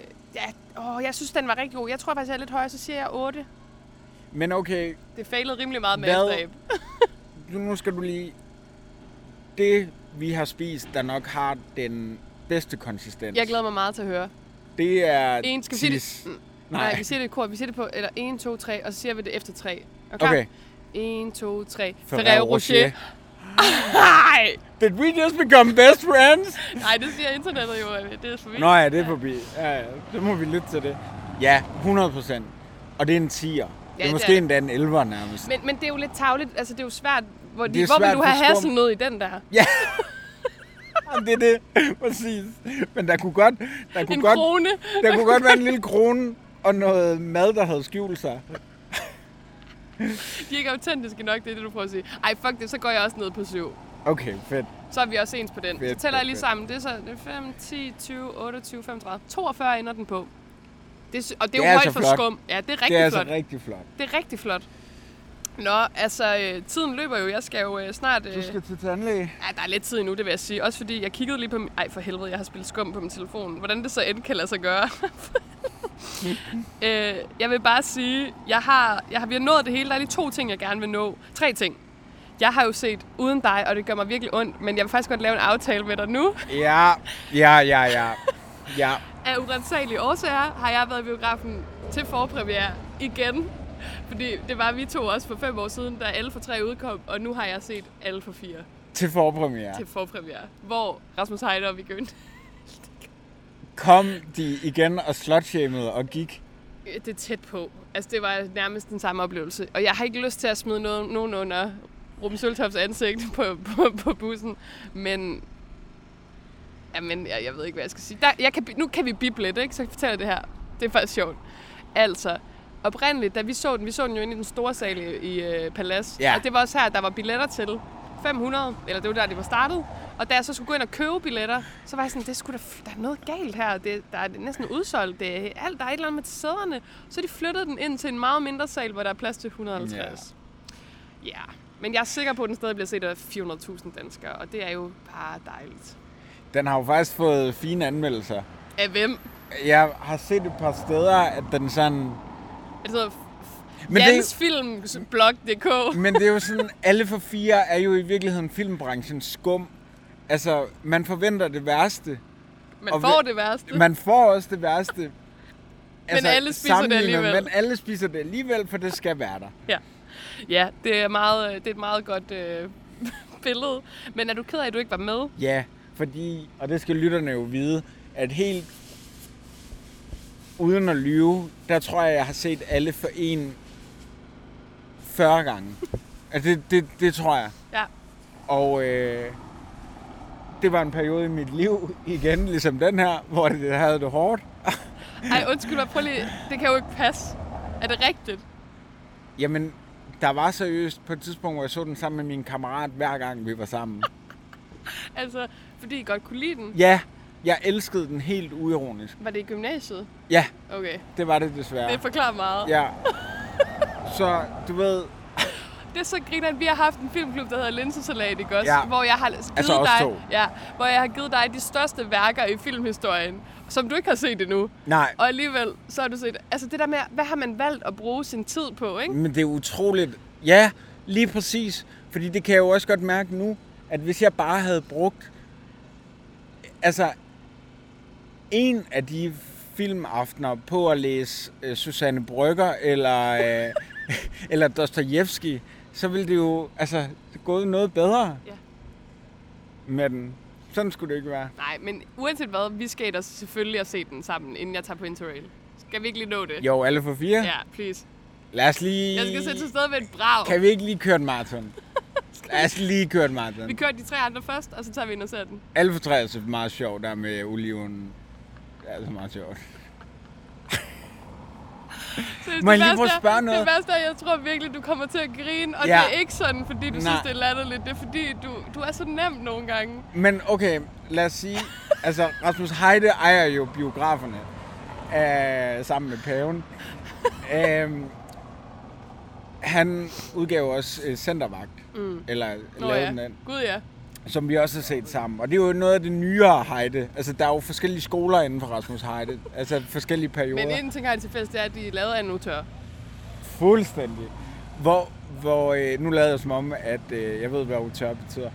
jeg synes, den var rigtig god. Jeg tror faktisk, jeg er lidt højere, så siger jeg 8. Men okay. Det failede rimelig meget med efteræb. Nu skal du lige... Det, vi har spist, der nok har den bedste konsistens. Jeg glæder mig meget til at høre. Det er... Skal vi sige det? Nej, vi siger det i kor. Vi siger det på... Eller 1, 2, 3, og så siger vi det efter 3. Okay. 1, 2, 3. Ferrero Rocher. Nej! Did we just become best friends? Nej, det siger internettet jo. Det er forbi. Nå ja, det er forbi. Ja, så må vi lytte til det. Ja, 100%. Og det er en 10'er. Ja, det er måske endda en 11'er nærmest. Men det er jo lidt tarveligt. Altså, det er jo svært. Hvor vil du have hasselnød i den der? Ja. Det er det. Præcis. Men der kunne godt... krone. Der kunne godt være en lille krone og noget mad, der havde skjult sig. De er ikke autentiske nok, det er det, du prøver at sige. Ej, fuck det, så går jeg også ned på 7. Okay, fedt. Så er vi også ens på den. Så tæller jeg lige sammen. Det er så 5, 10, 20, 28, 35. 42 ender den på. Og det er jo højt for skum. Ja, det er rigtig flot. Det er altså rigtig flot. Det er rigtig flot. Nå, altså, tiden løber jo. Jeg skal jo snart... Du skal til tandlæge. Ja, der er lidt tid endnu, det vil jeg sige. Også fordi jeg kiggede lige på min... Ej, for helvede, jeg har spillet skum på min telefon. Hvordan det så end kan lade sig gøre. Jeg vil bare sige, vi har nået det hele. Der er lige 2 ting, jeg gerne vil nå. 3 ting. Jeg har jo set Uden dig, og det gør mig virkelig ondt. Men jeg vil faktisk godt lave en aftale med dig nu. Ja. Af urensagelige årsager har jeg været i biografen til forpremiere igen. Fordi det var vi to også for 5 år siden, da Alle for 3 udkom, og nu har jeg set Alle for 4. Til forpremiere. Til forpremiere. Hvor Rasmus Heider og Viggo Kom de igen og slutshamede og gik? Det er tæt på. Altså, det var nærmest den samme oplevelse. Og jeg har ikke lyst til at smide nogen under Ruben Søltofts ansigt på bussen. Men... Jamen, jeg ved ikke, hvad jeg skal sige. Nu kan vi bippe lidt, ikke? Så jeg fortæller det her. Det er faktisk sjovt. Altså... Oprindeligt, da vi så den jo inde i den store sal i Palads. Ja. Og det var også her, der var billetter til 500, eller det var der, det var startet. Og da jeg så skulle gå ind og købe billetter, så var jeg sådan, der er noget galt her. Der er næsten udsolgt. Der er et eller andet med sæderne. Så de flyttede den ind til en meget mindre sal, hvor der er plads til 150. Ja. Men jeg er sikker på, at den stadig bliver set af 400.000 danskere, og det er jo bare dejligt. Den har jo faktisk fået fine anmeldelser. Af hvem? Jeg har set et par steder, at den sådan... Altså, Jansfilmblog.dk. Men det er jo sådan, Alle for 4 er jo i virkeligheden filmbranchens skum. Altså, man forventer det værste. Man får det værste. Man får også det værste. Altså, men alle spiser det alligevel. Men alle spiser det alligevel, for det skal være der. Ja, det er et meget godt billede. Men er du ked af, at du ikke var med? Ja, fordi, og det skal lytterne jo vide, at helt uden at lyve, der tror jeg har set Alle for 1 40 gange. Altså, det tror jeg. Ja. Og det var en periode i mit liv, igen, ligesom den her, hvor det havde det hårdt. Ej, undskyld, prøv lige. Det kan jo ikke passe. Er det rigtigt? Jamen, der var seriøst på et tidspunkt, hvor jeg så den sammen med min kammerat, hver gang vi var sammen. Altså, fordi I godt kunne lide den? Ja, jeg elskede den helt uironisk. Var det i gymnasiet? Ja, Okay. det var det desværre. Det forklarer meget. Ja. Så, du ved... Det er så grineren. Vi har haft en filmklub, der hedder Linsesalat, ikke også? Ja. Hvor jeg har givet Altså os dig, to. ja, hvor jeg har givet dig de største værker i filmhistorien, som du ikke har set endnu. Nej, Og alligevel, så har du set... Altså det der med, hvad har man valgt at bruge sin tid på, ikke? men det er utroligt. Ja, lige præcis. Fordi det kan jeg jo også godt mærke nu, at hvis jeg bare havde brugt... Altså, en af de filmaftener på at læse Susanne Brøgger eller Dostojevskij, så ville det jo gået noget bedre Ja. med den. Sådan skulle det ikke være. Nej, men uanset hvad, vi skal da selvfølgelig at se den sammen, inden jeg tager på Interrail. Skal vi ikke lige nå det? Jo, alle for 4. Ja, please. Lad os lige... Jeg skal sætte til sted med et brag. Kan vi ikke lige køre en maraton? Lad os lige køre en maraton. Vi kører de 3 andre først, og så tager vi ind og ser den. Alle for 3 er altså meget sjovt, der med oliven. Det er altså meget sjovt. Må jeg lige prøve at spørge noget? Det værste er, jeg tror virkelig, du kommer til at grine, og Ja. det er ikke sådan, fordi du Nej. synes, det er latterligt. Det er fordi, du er så nem nogle gange. Men okay, lad os sige, Rasmus Heide ejer jo biograferne sammen med Paven. Han udgav også Centervagt, eller lavede den, Gud ja. som vi også har set sammen. Og det er jo noget af det nyere Heide. Altså, der er jo forskellige skoler inden for Rasmus Heide. Altså, forskellige perioder. Men en ting har jeg til fest, det er, at de er lavet af en autør. Fuldstændig. Hvor nu lavede jeg som om, at jeg ved, hvad autør betyder.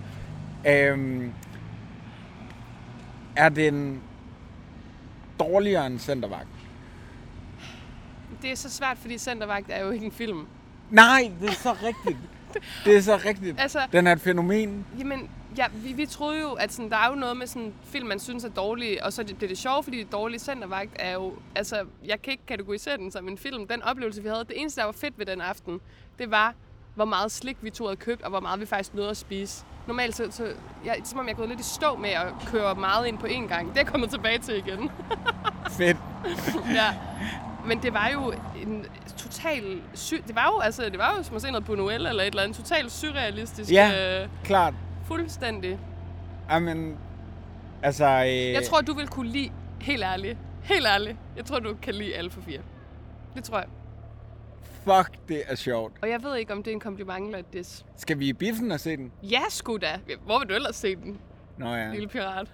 Er den dårligere end Centervagt? Det er så svært, fordi Centervagt er jo ikke en film. Nej, det er så rigtigt. Det er så rigtigt. Altså, Den er et fænomen. jamen, ja, vi troede jo, at sådan, der er jo noget med sådan film, man synes er dårlige, og så bliver det sjovt, fordi det dårlige. Centervagt er jo... Altså, jeg kan ikke kategorisere den som en film. Den oplevelse, vi havde, det eneste, der var fedt ved den aften, det var, hvor meget slik vi to havde købt, og hvor meget vi faktisk nåede at spise. Normalt, som om jeg er gået lidt i stå med at køre meget ind på én gang. Det er jeg kommet tilbage til igen. Fedt. Ja. Men det var jo en total... Det var jo som at se noget Buñuel eller et eller andet. Totalt surrealistisk. Ja, klart. Fuldstændig. Jamen, altså... Jeg tror, du vil kunne lide... Helt ærligt. Jeg tror, du kan lide alle for 4. Det tror jeg. Fuck, det er sjovt. Og jeg ved ikke, om det er en kompliment eller et diss. Skal vi i biffen og se den? Ja, sgu da. Hvor vil du ellers se den, Nå ja. lille pirat?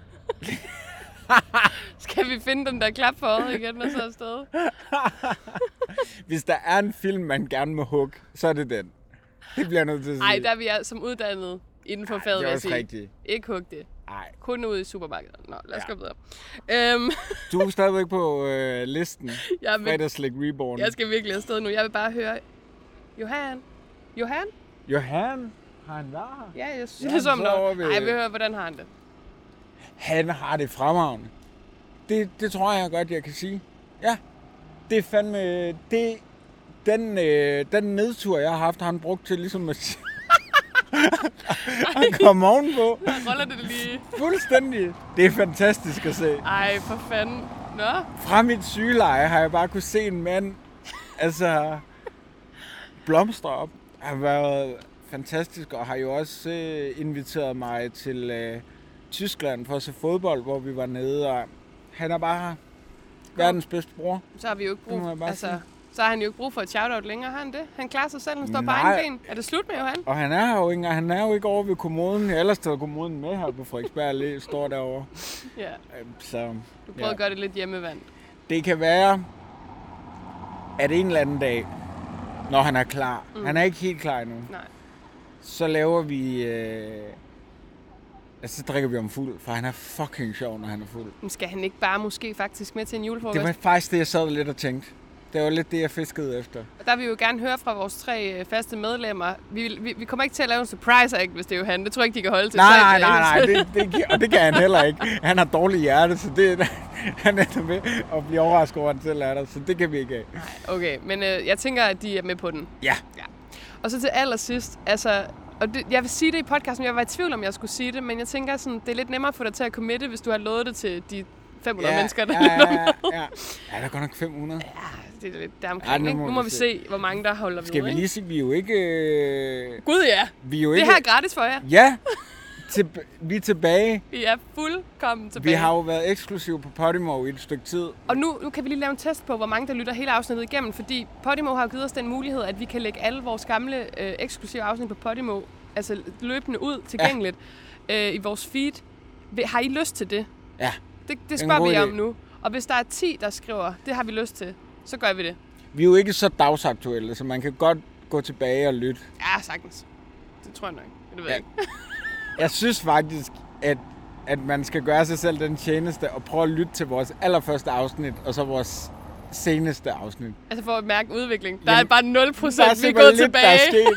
Skal vi finde den der klap for øjet igen og så afsted? Hvis der er en film, man gerne må hugge, så er det den. Det bliver jeg nødt til at sige. Nej, der er vi som uddannet inden for faget, det vil er jeg også sige. rigtigt. Ikke hug det. Nej. Kun ude i supermarkedet. Nå, lad os Ja. gå videre. Du er stadigvæk på listen. Jeg, vil, Fredagslik Reborn. jeg skal virkelig afsted nu. Jeg vil bare høre... Johan? Johan? Har han været her? Ja, jeg synes Jamen, som så noget. over ved- Ej, jeg vil høre, hvordan har han det? Han har det fremragende. Det tror jeg godt, jeg kan sige. Ja. Det er fandme... Den nedtur, jeg har haft, har han brugt til ligesom at... Han kom ovenpå. Jeg roller det lige. Fuldstændig. Det er fantastisk at se. Ej, for fanden. Nå? Fra mit sygeleje har jeg bare kunne se en mand, blomstre op. Det har været fantastisk, og har jo også inviteret mig til Tyskland for at se fodbold, hvor vi var nede, og han er bare verdens bedste bror. Så har vi jo ikke Det må brug... jeg bare sige. Så har han jo ikke brug for et shout-out længere, har han det? Han klarer sig selv, han står på Nej. egen ben. Er det slut med Johan? Og han er jo ikke, han er jo ikke over ved kommoden. Jeg har ellers taget kommoden med her på Frederiksberg Allé, står derovre. Ja. Så Du prøvede at gøre det lidt hjemmevandt. det kan være, at en eller anden dag, når han er klar, han er ikke helt klar endnu, Nej. så laver vi, så drikker vi om fuld, for han er fucking sjov, når han er fuld. Men skal han ikke bare måske faktisk med til en julefrokost? Det var faktisk det, jeg sad lidt og tænkte. Det var lidt det, jeg fiskede efter. Og der vil vi jo gerne høre fra vores 3 faste medlemmer. Vi kommer ikke til at lave en surprise act, hvis det er Johan. Det tror jeg ikke, de kan holde til. Nej, og det kan han heller ikke. Han har dårlig hjerte, så han er med at blive overrasket over, at han selv er der, så det kan vi ikke have. Okay, men jeg tænker, at de er med på den. Ja. Og så til allersidst, altså... Og det, jeg vil sige det i podcasten, jeg var i tvivl om, jeg skulle sige det, men jeg tænker sådan, det er lidt nemmere for dig til at committe, hvis du har lovet det til de 500 mennesker, der lytter med. Ja, der er godt nok 500. Ja, det er lidt deromkring, ikke? Nu må vi se, hvor mange der holder ved. Skal vi lige sige, vi er jo ikke... Gud ja, vi er jo det ikke... her er gratis for jer. Ja, vi er tilbage. Vi er fuldkommen tilbage. Vi har jo været eksklusive på Podimo i et stykke tid. Og nu kan vi lige lave en test på, hvor mange der lytter hele afsnittet igennem, fordi Podimo har givet os den mulighed, at vi kan lægge alle vores gamle eksklusive afsnit på Podimo, altså løbende ud tilgængeligt i vores feed. Har I lyst til det? Ja. Det spørger vi om nu. Og hvis der er 10, der skriver, det har vi lyst til, så gør vi det. Vi er jo ikke så dagsaktuelle, så man kan godt gå tilbage og lytte. Ja, sagtens. Det tror jeg nok. Det ved jeg ikke. Jeg synes faktisk, at man skal gøre sig selv den tjeneste og prøve at lytte til vores allerførste afsnit, og så vores seneste afsnit. Altså for at mærke udvikling. Der er bare 0%, vi er gået tilbage. Der er sket.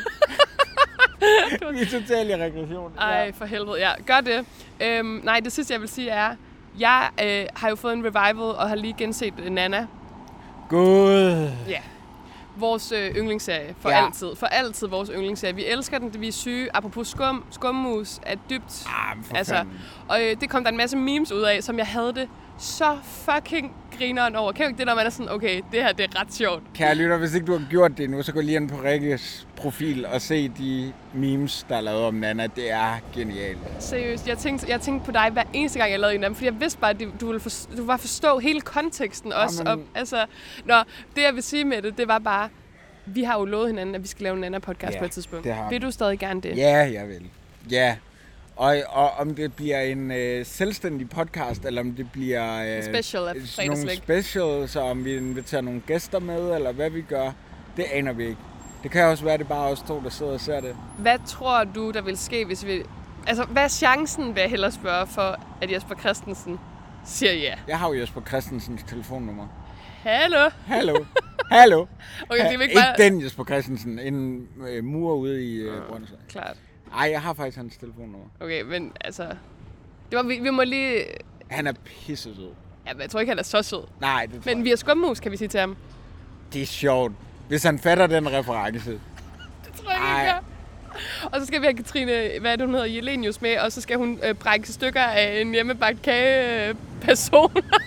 Vi er totalt i regression. Ej, for helvede. Ja, gør det. Nej, det sidste, jeg vil sige er, jeg har jo fået en revival og har lige genset Nana. God. Ja. Vores yndlingsserie for altid. For altid vores yndlingsserie. Vi elsker den, vi er syge. Apropos skummus er dybt. Altså, og det kom der en masse memes ud af, som jeg havde det så fucking grineren over. Kan jo ikke det, når man er sådan, okay, det her det er ret sjovt. Kære lytter, hvis ikke du har gjort det nu, så gå lige ind på Rikkes profil og se de memes, der er lavet om Nana. Det er genialt. Seriøst, jeg tænkte på dig hver eneste gang, jeg lavede en af dem, fordi jeg vidste bare, at du ville forstå hele konteksten også. Jamen. Altså, det jeg vil sige med det var bare, vi har jo lovet hinanden, at vi skal lave en Nana-podcast på et tidspunkt. Vil du stadig gerne det? Ja, jeg vil. Ja. Og om det bliver en selvstændig podcast, eller om det bliver special af nogle specials, og om vi inviterer nogle gæster med, eller hvad vi gør, det aner vi ikke. Det kan også være, det er bare os to, der sidder og ser det. Hvad tror du, der vil ske, hvis vi... Altså, hvad er chancen, vil jeg hellere spørge, for at Jesper Christensen siger ja? Jeg har jo Jesper Christensens telefonnummer. Hallo? Hallo. Okay, det er ikke den Jesper Christensen, en mur ude i Brøndshøj. Klart. Ej, jeg har faktisk hans telefonnummer. Okay, men altså... Vi må lige... Han er pissesød. Ja, men jeg tror ikke, han er så sød. Nej, det tror jeg. Men vi er skummus, kan vi sige til ham. Det er sjovt. Hvis han fatter den reference. Det tror jeg ikke, Og så skal vi have Katrine, hvad det hun hedder, Jelenius med, og så skal hun brække stykker af en hjemmebagt kageperson.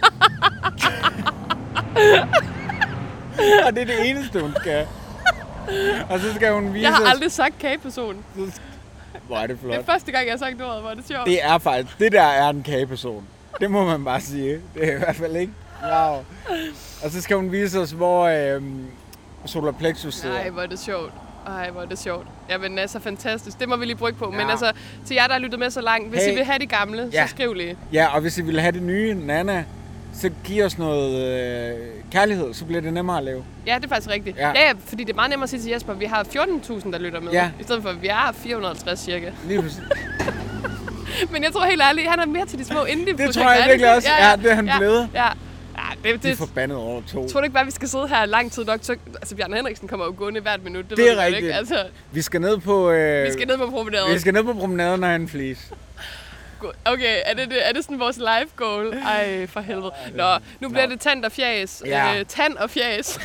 Og det er det eneste, hun skal. Og så skal hun vise... Jeg har aldrig sagt kageperson. Hvor er det flot. Det er første gang, jeg har sagt ordet, hvor er det sjovt. Det er faktisk... Det der er en kageperson. Det må man bare sige. Det er i hvert fald ikke... Wow. Og så skal hun vise os, hvor solar plexus sidder. Nej, hvor er det sjovt. Ej, hvor er det sjovt. Jamen altså, fantastisk. Det må vi lige bruge på. Ja. Men altså, til jer, der har lyttet med så langt, hvis I vil have de gamle, så skriv lige. Ja, og hvis I vil have det nye, Nana, så giv os noget kærlighed, så bliver det nemmere at lave. Ja, det er faktisk rigtigt. Ja, fordi det er meget nemmere at sige til Jesper, at vi har 14.000, der lytter med. Ja. I stedet for, at vi er 450 cirka. Lige præcis. Men jeg tror helt ærligt, han er mere til de små indie-projekter. Det tror jeg virkelig også. Ja, det er han blevet. Ja. Det er forbandet over 2. Tror du ikke bare, vi skal sidde her lang tid nok? Altså, Bjarne Henriksen kommer jo gående hvert minut. Det er rigtigt. Ikke? Altså, vi skal ned på... vi skal ned på promenaden. Vi skal ned på promenaden og have en flis. Okay, er det sådan vores life goal? Ej, for helvede. Nå, nu bliver det tand og fjæs. Ja. Tand og fjæs.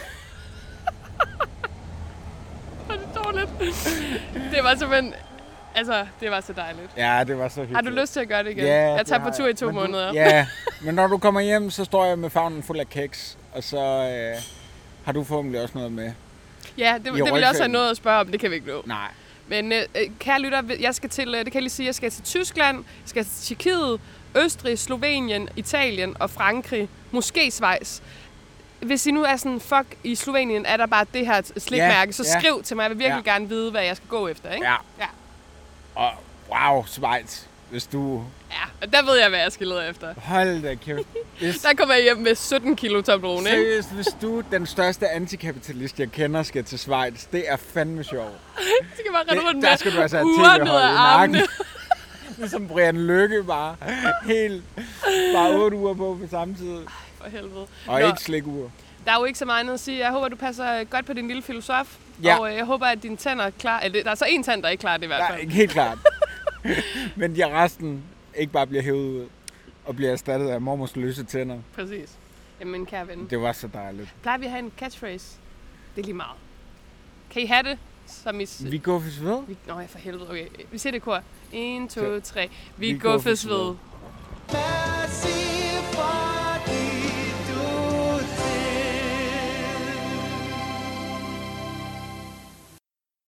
Det er dårligt. Det var simpelthen... Altså, det var så dejligt. Ja, det var så hyggeligt. Har du lyst til at gøre det igen? Ja, jeg tager på tur i 2 måneder. Ja, men når du kommer hjem, så står jeg med favnen fuld af kiks, og så har du forhåbentlig også noget med. Ja, det vil jeg også have noget at spørge om, det kan vi ikke nå. Nej. Men kære lytter, jeg skal til, det kan jeg lige sige, jeg skal til Tyskland, jeg skal til Tjekkiet, Østrig, Slovenien, Italien og Frankrig, måske Schweiz. Hvis I nu er sådan, fuck, i Slovenien er der bare det her slikmærke, så skriv til mig, jeg vil virkelig gerne vide, hvad jeg skal gå efter, ikke? Ja. Og wow, Schweiz, hvis du... Ja, og der ved jeg, hvad jeg skal lede efter. Hold da kæft. Der kommer jeg hjem med 17 kilo Toblerone, ikke? Seriøst, hvis du, den største antikapitalist, jeg kender, skal til Schweiz, det er fandme sjovt. Det skal bare rette rundt med. Der skal du altså have TV-hold i nakken. Ligesom Brian Lykke bare. Helt. Bare 8 uger på samme tid. Ej, for helvede. Og ikke slikuger. Der er jo ikke så meget andet at sige. Jeg håber, du passer godt på din lille filosof. Ja. Og jeg håber, at dine tænder er klar. Eller, der er så en tand, der er ikke klar, det i hvert fald. Nej, helt klart. Men de resten ikke bare bliver hævet ud og bliver erstattet af mormors løse tænder. Præcis. Jamen, kære ven. Det var så dejligt. Plejer vi at have en catchphrase? Det er lige meget. Kan I have det? Som i... Vi guffes ved. Nå, for helvede. Okay, vi siger det i kor. 1, 2, 3. Vi Vi guffes guffes ved. ved.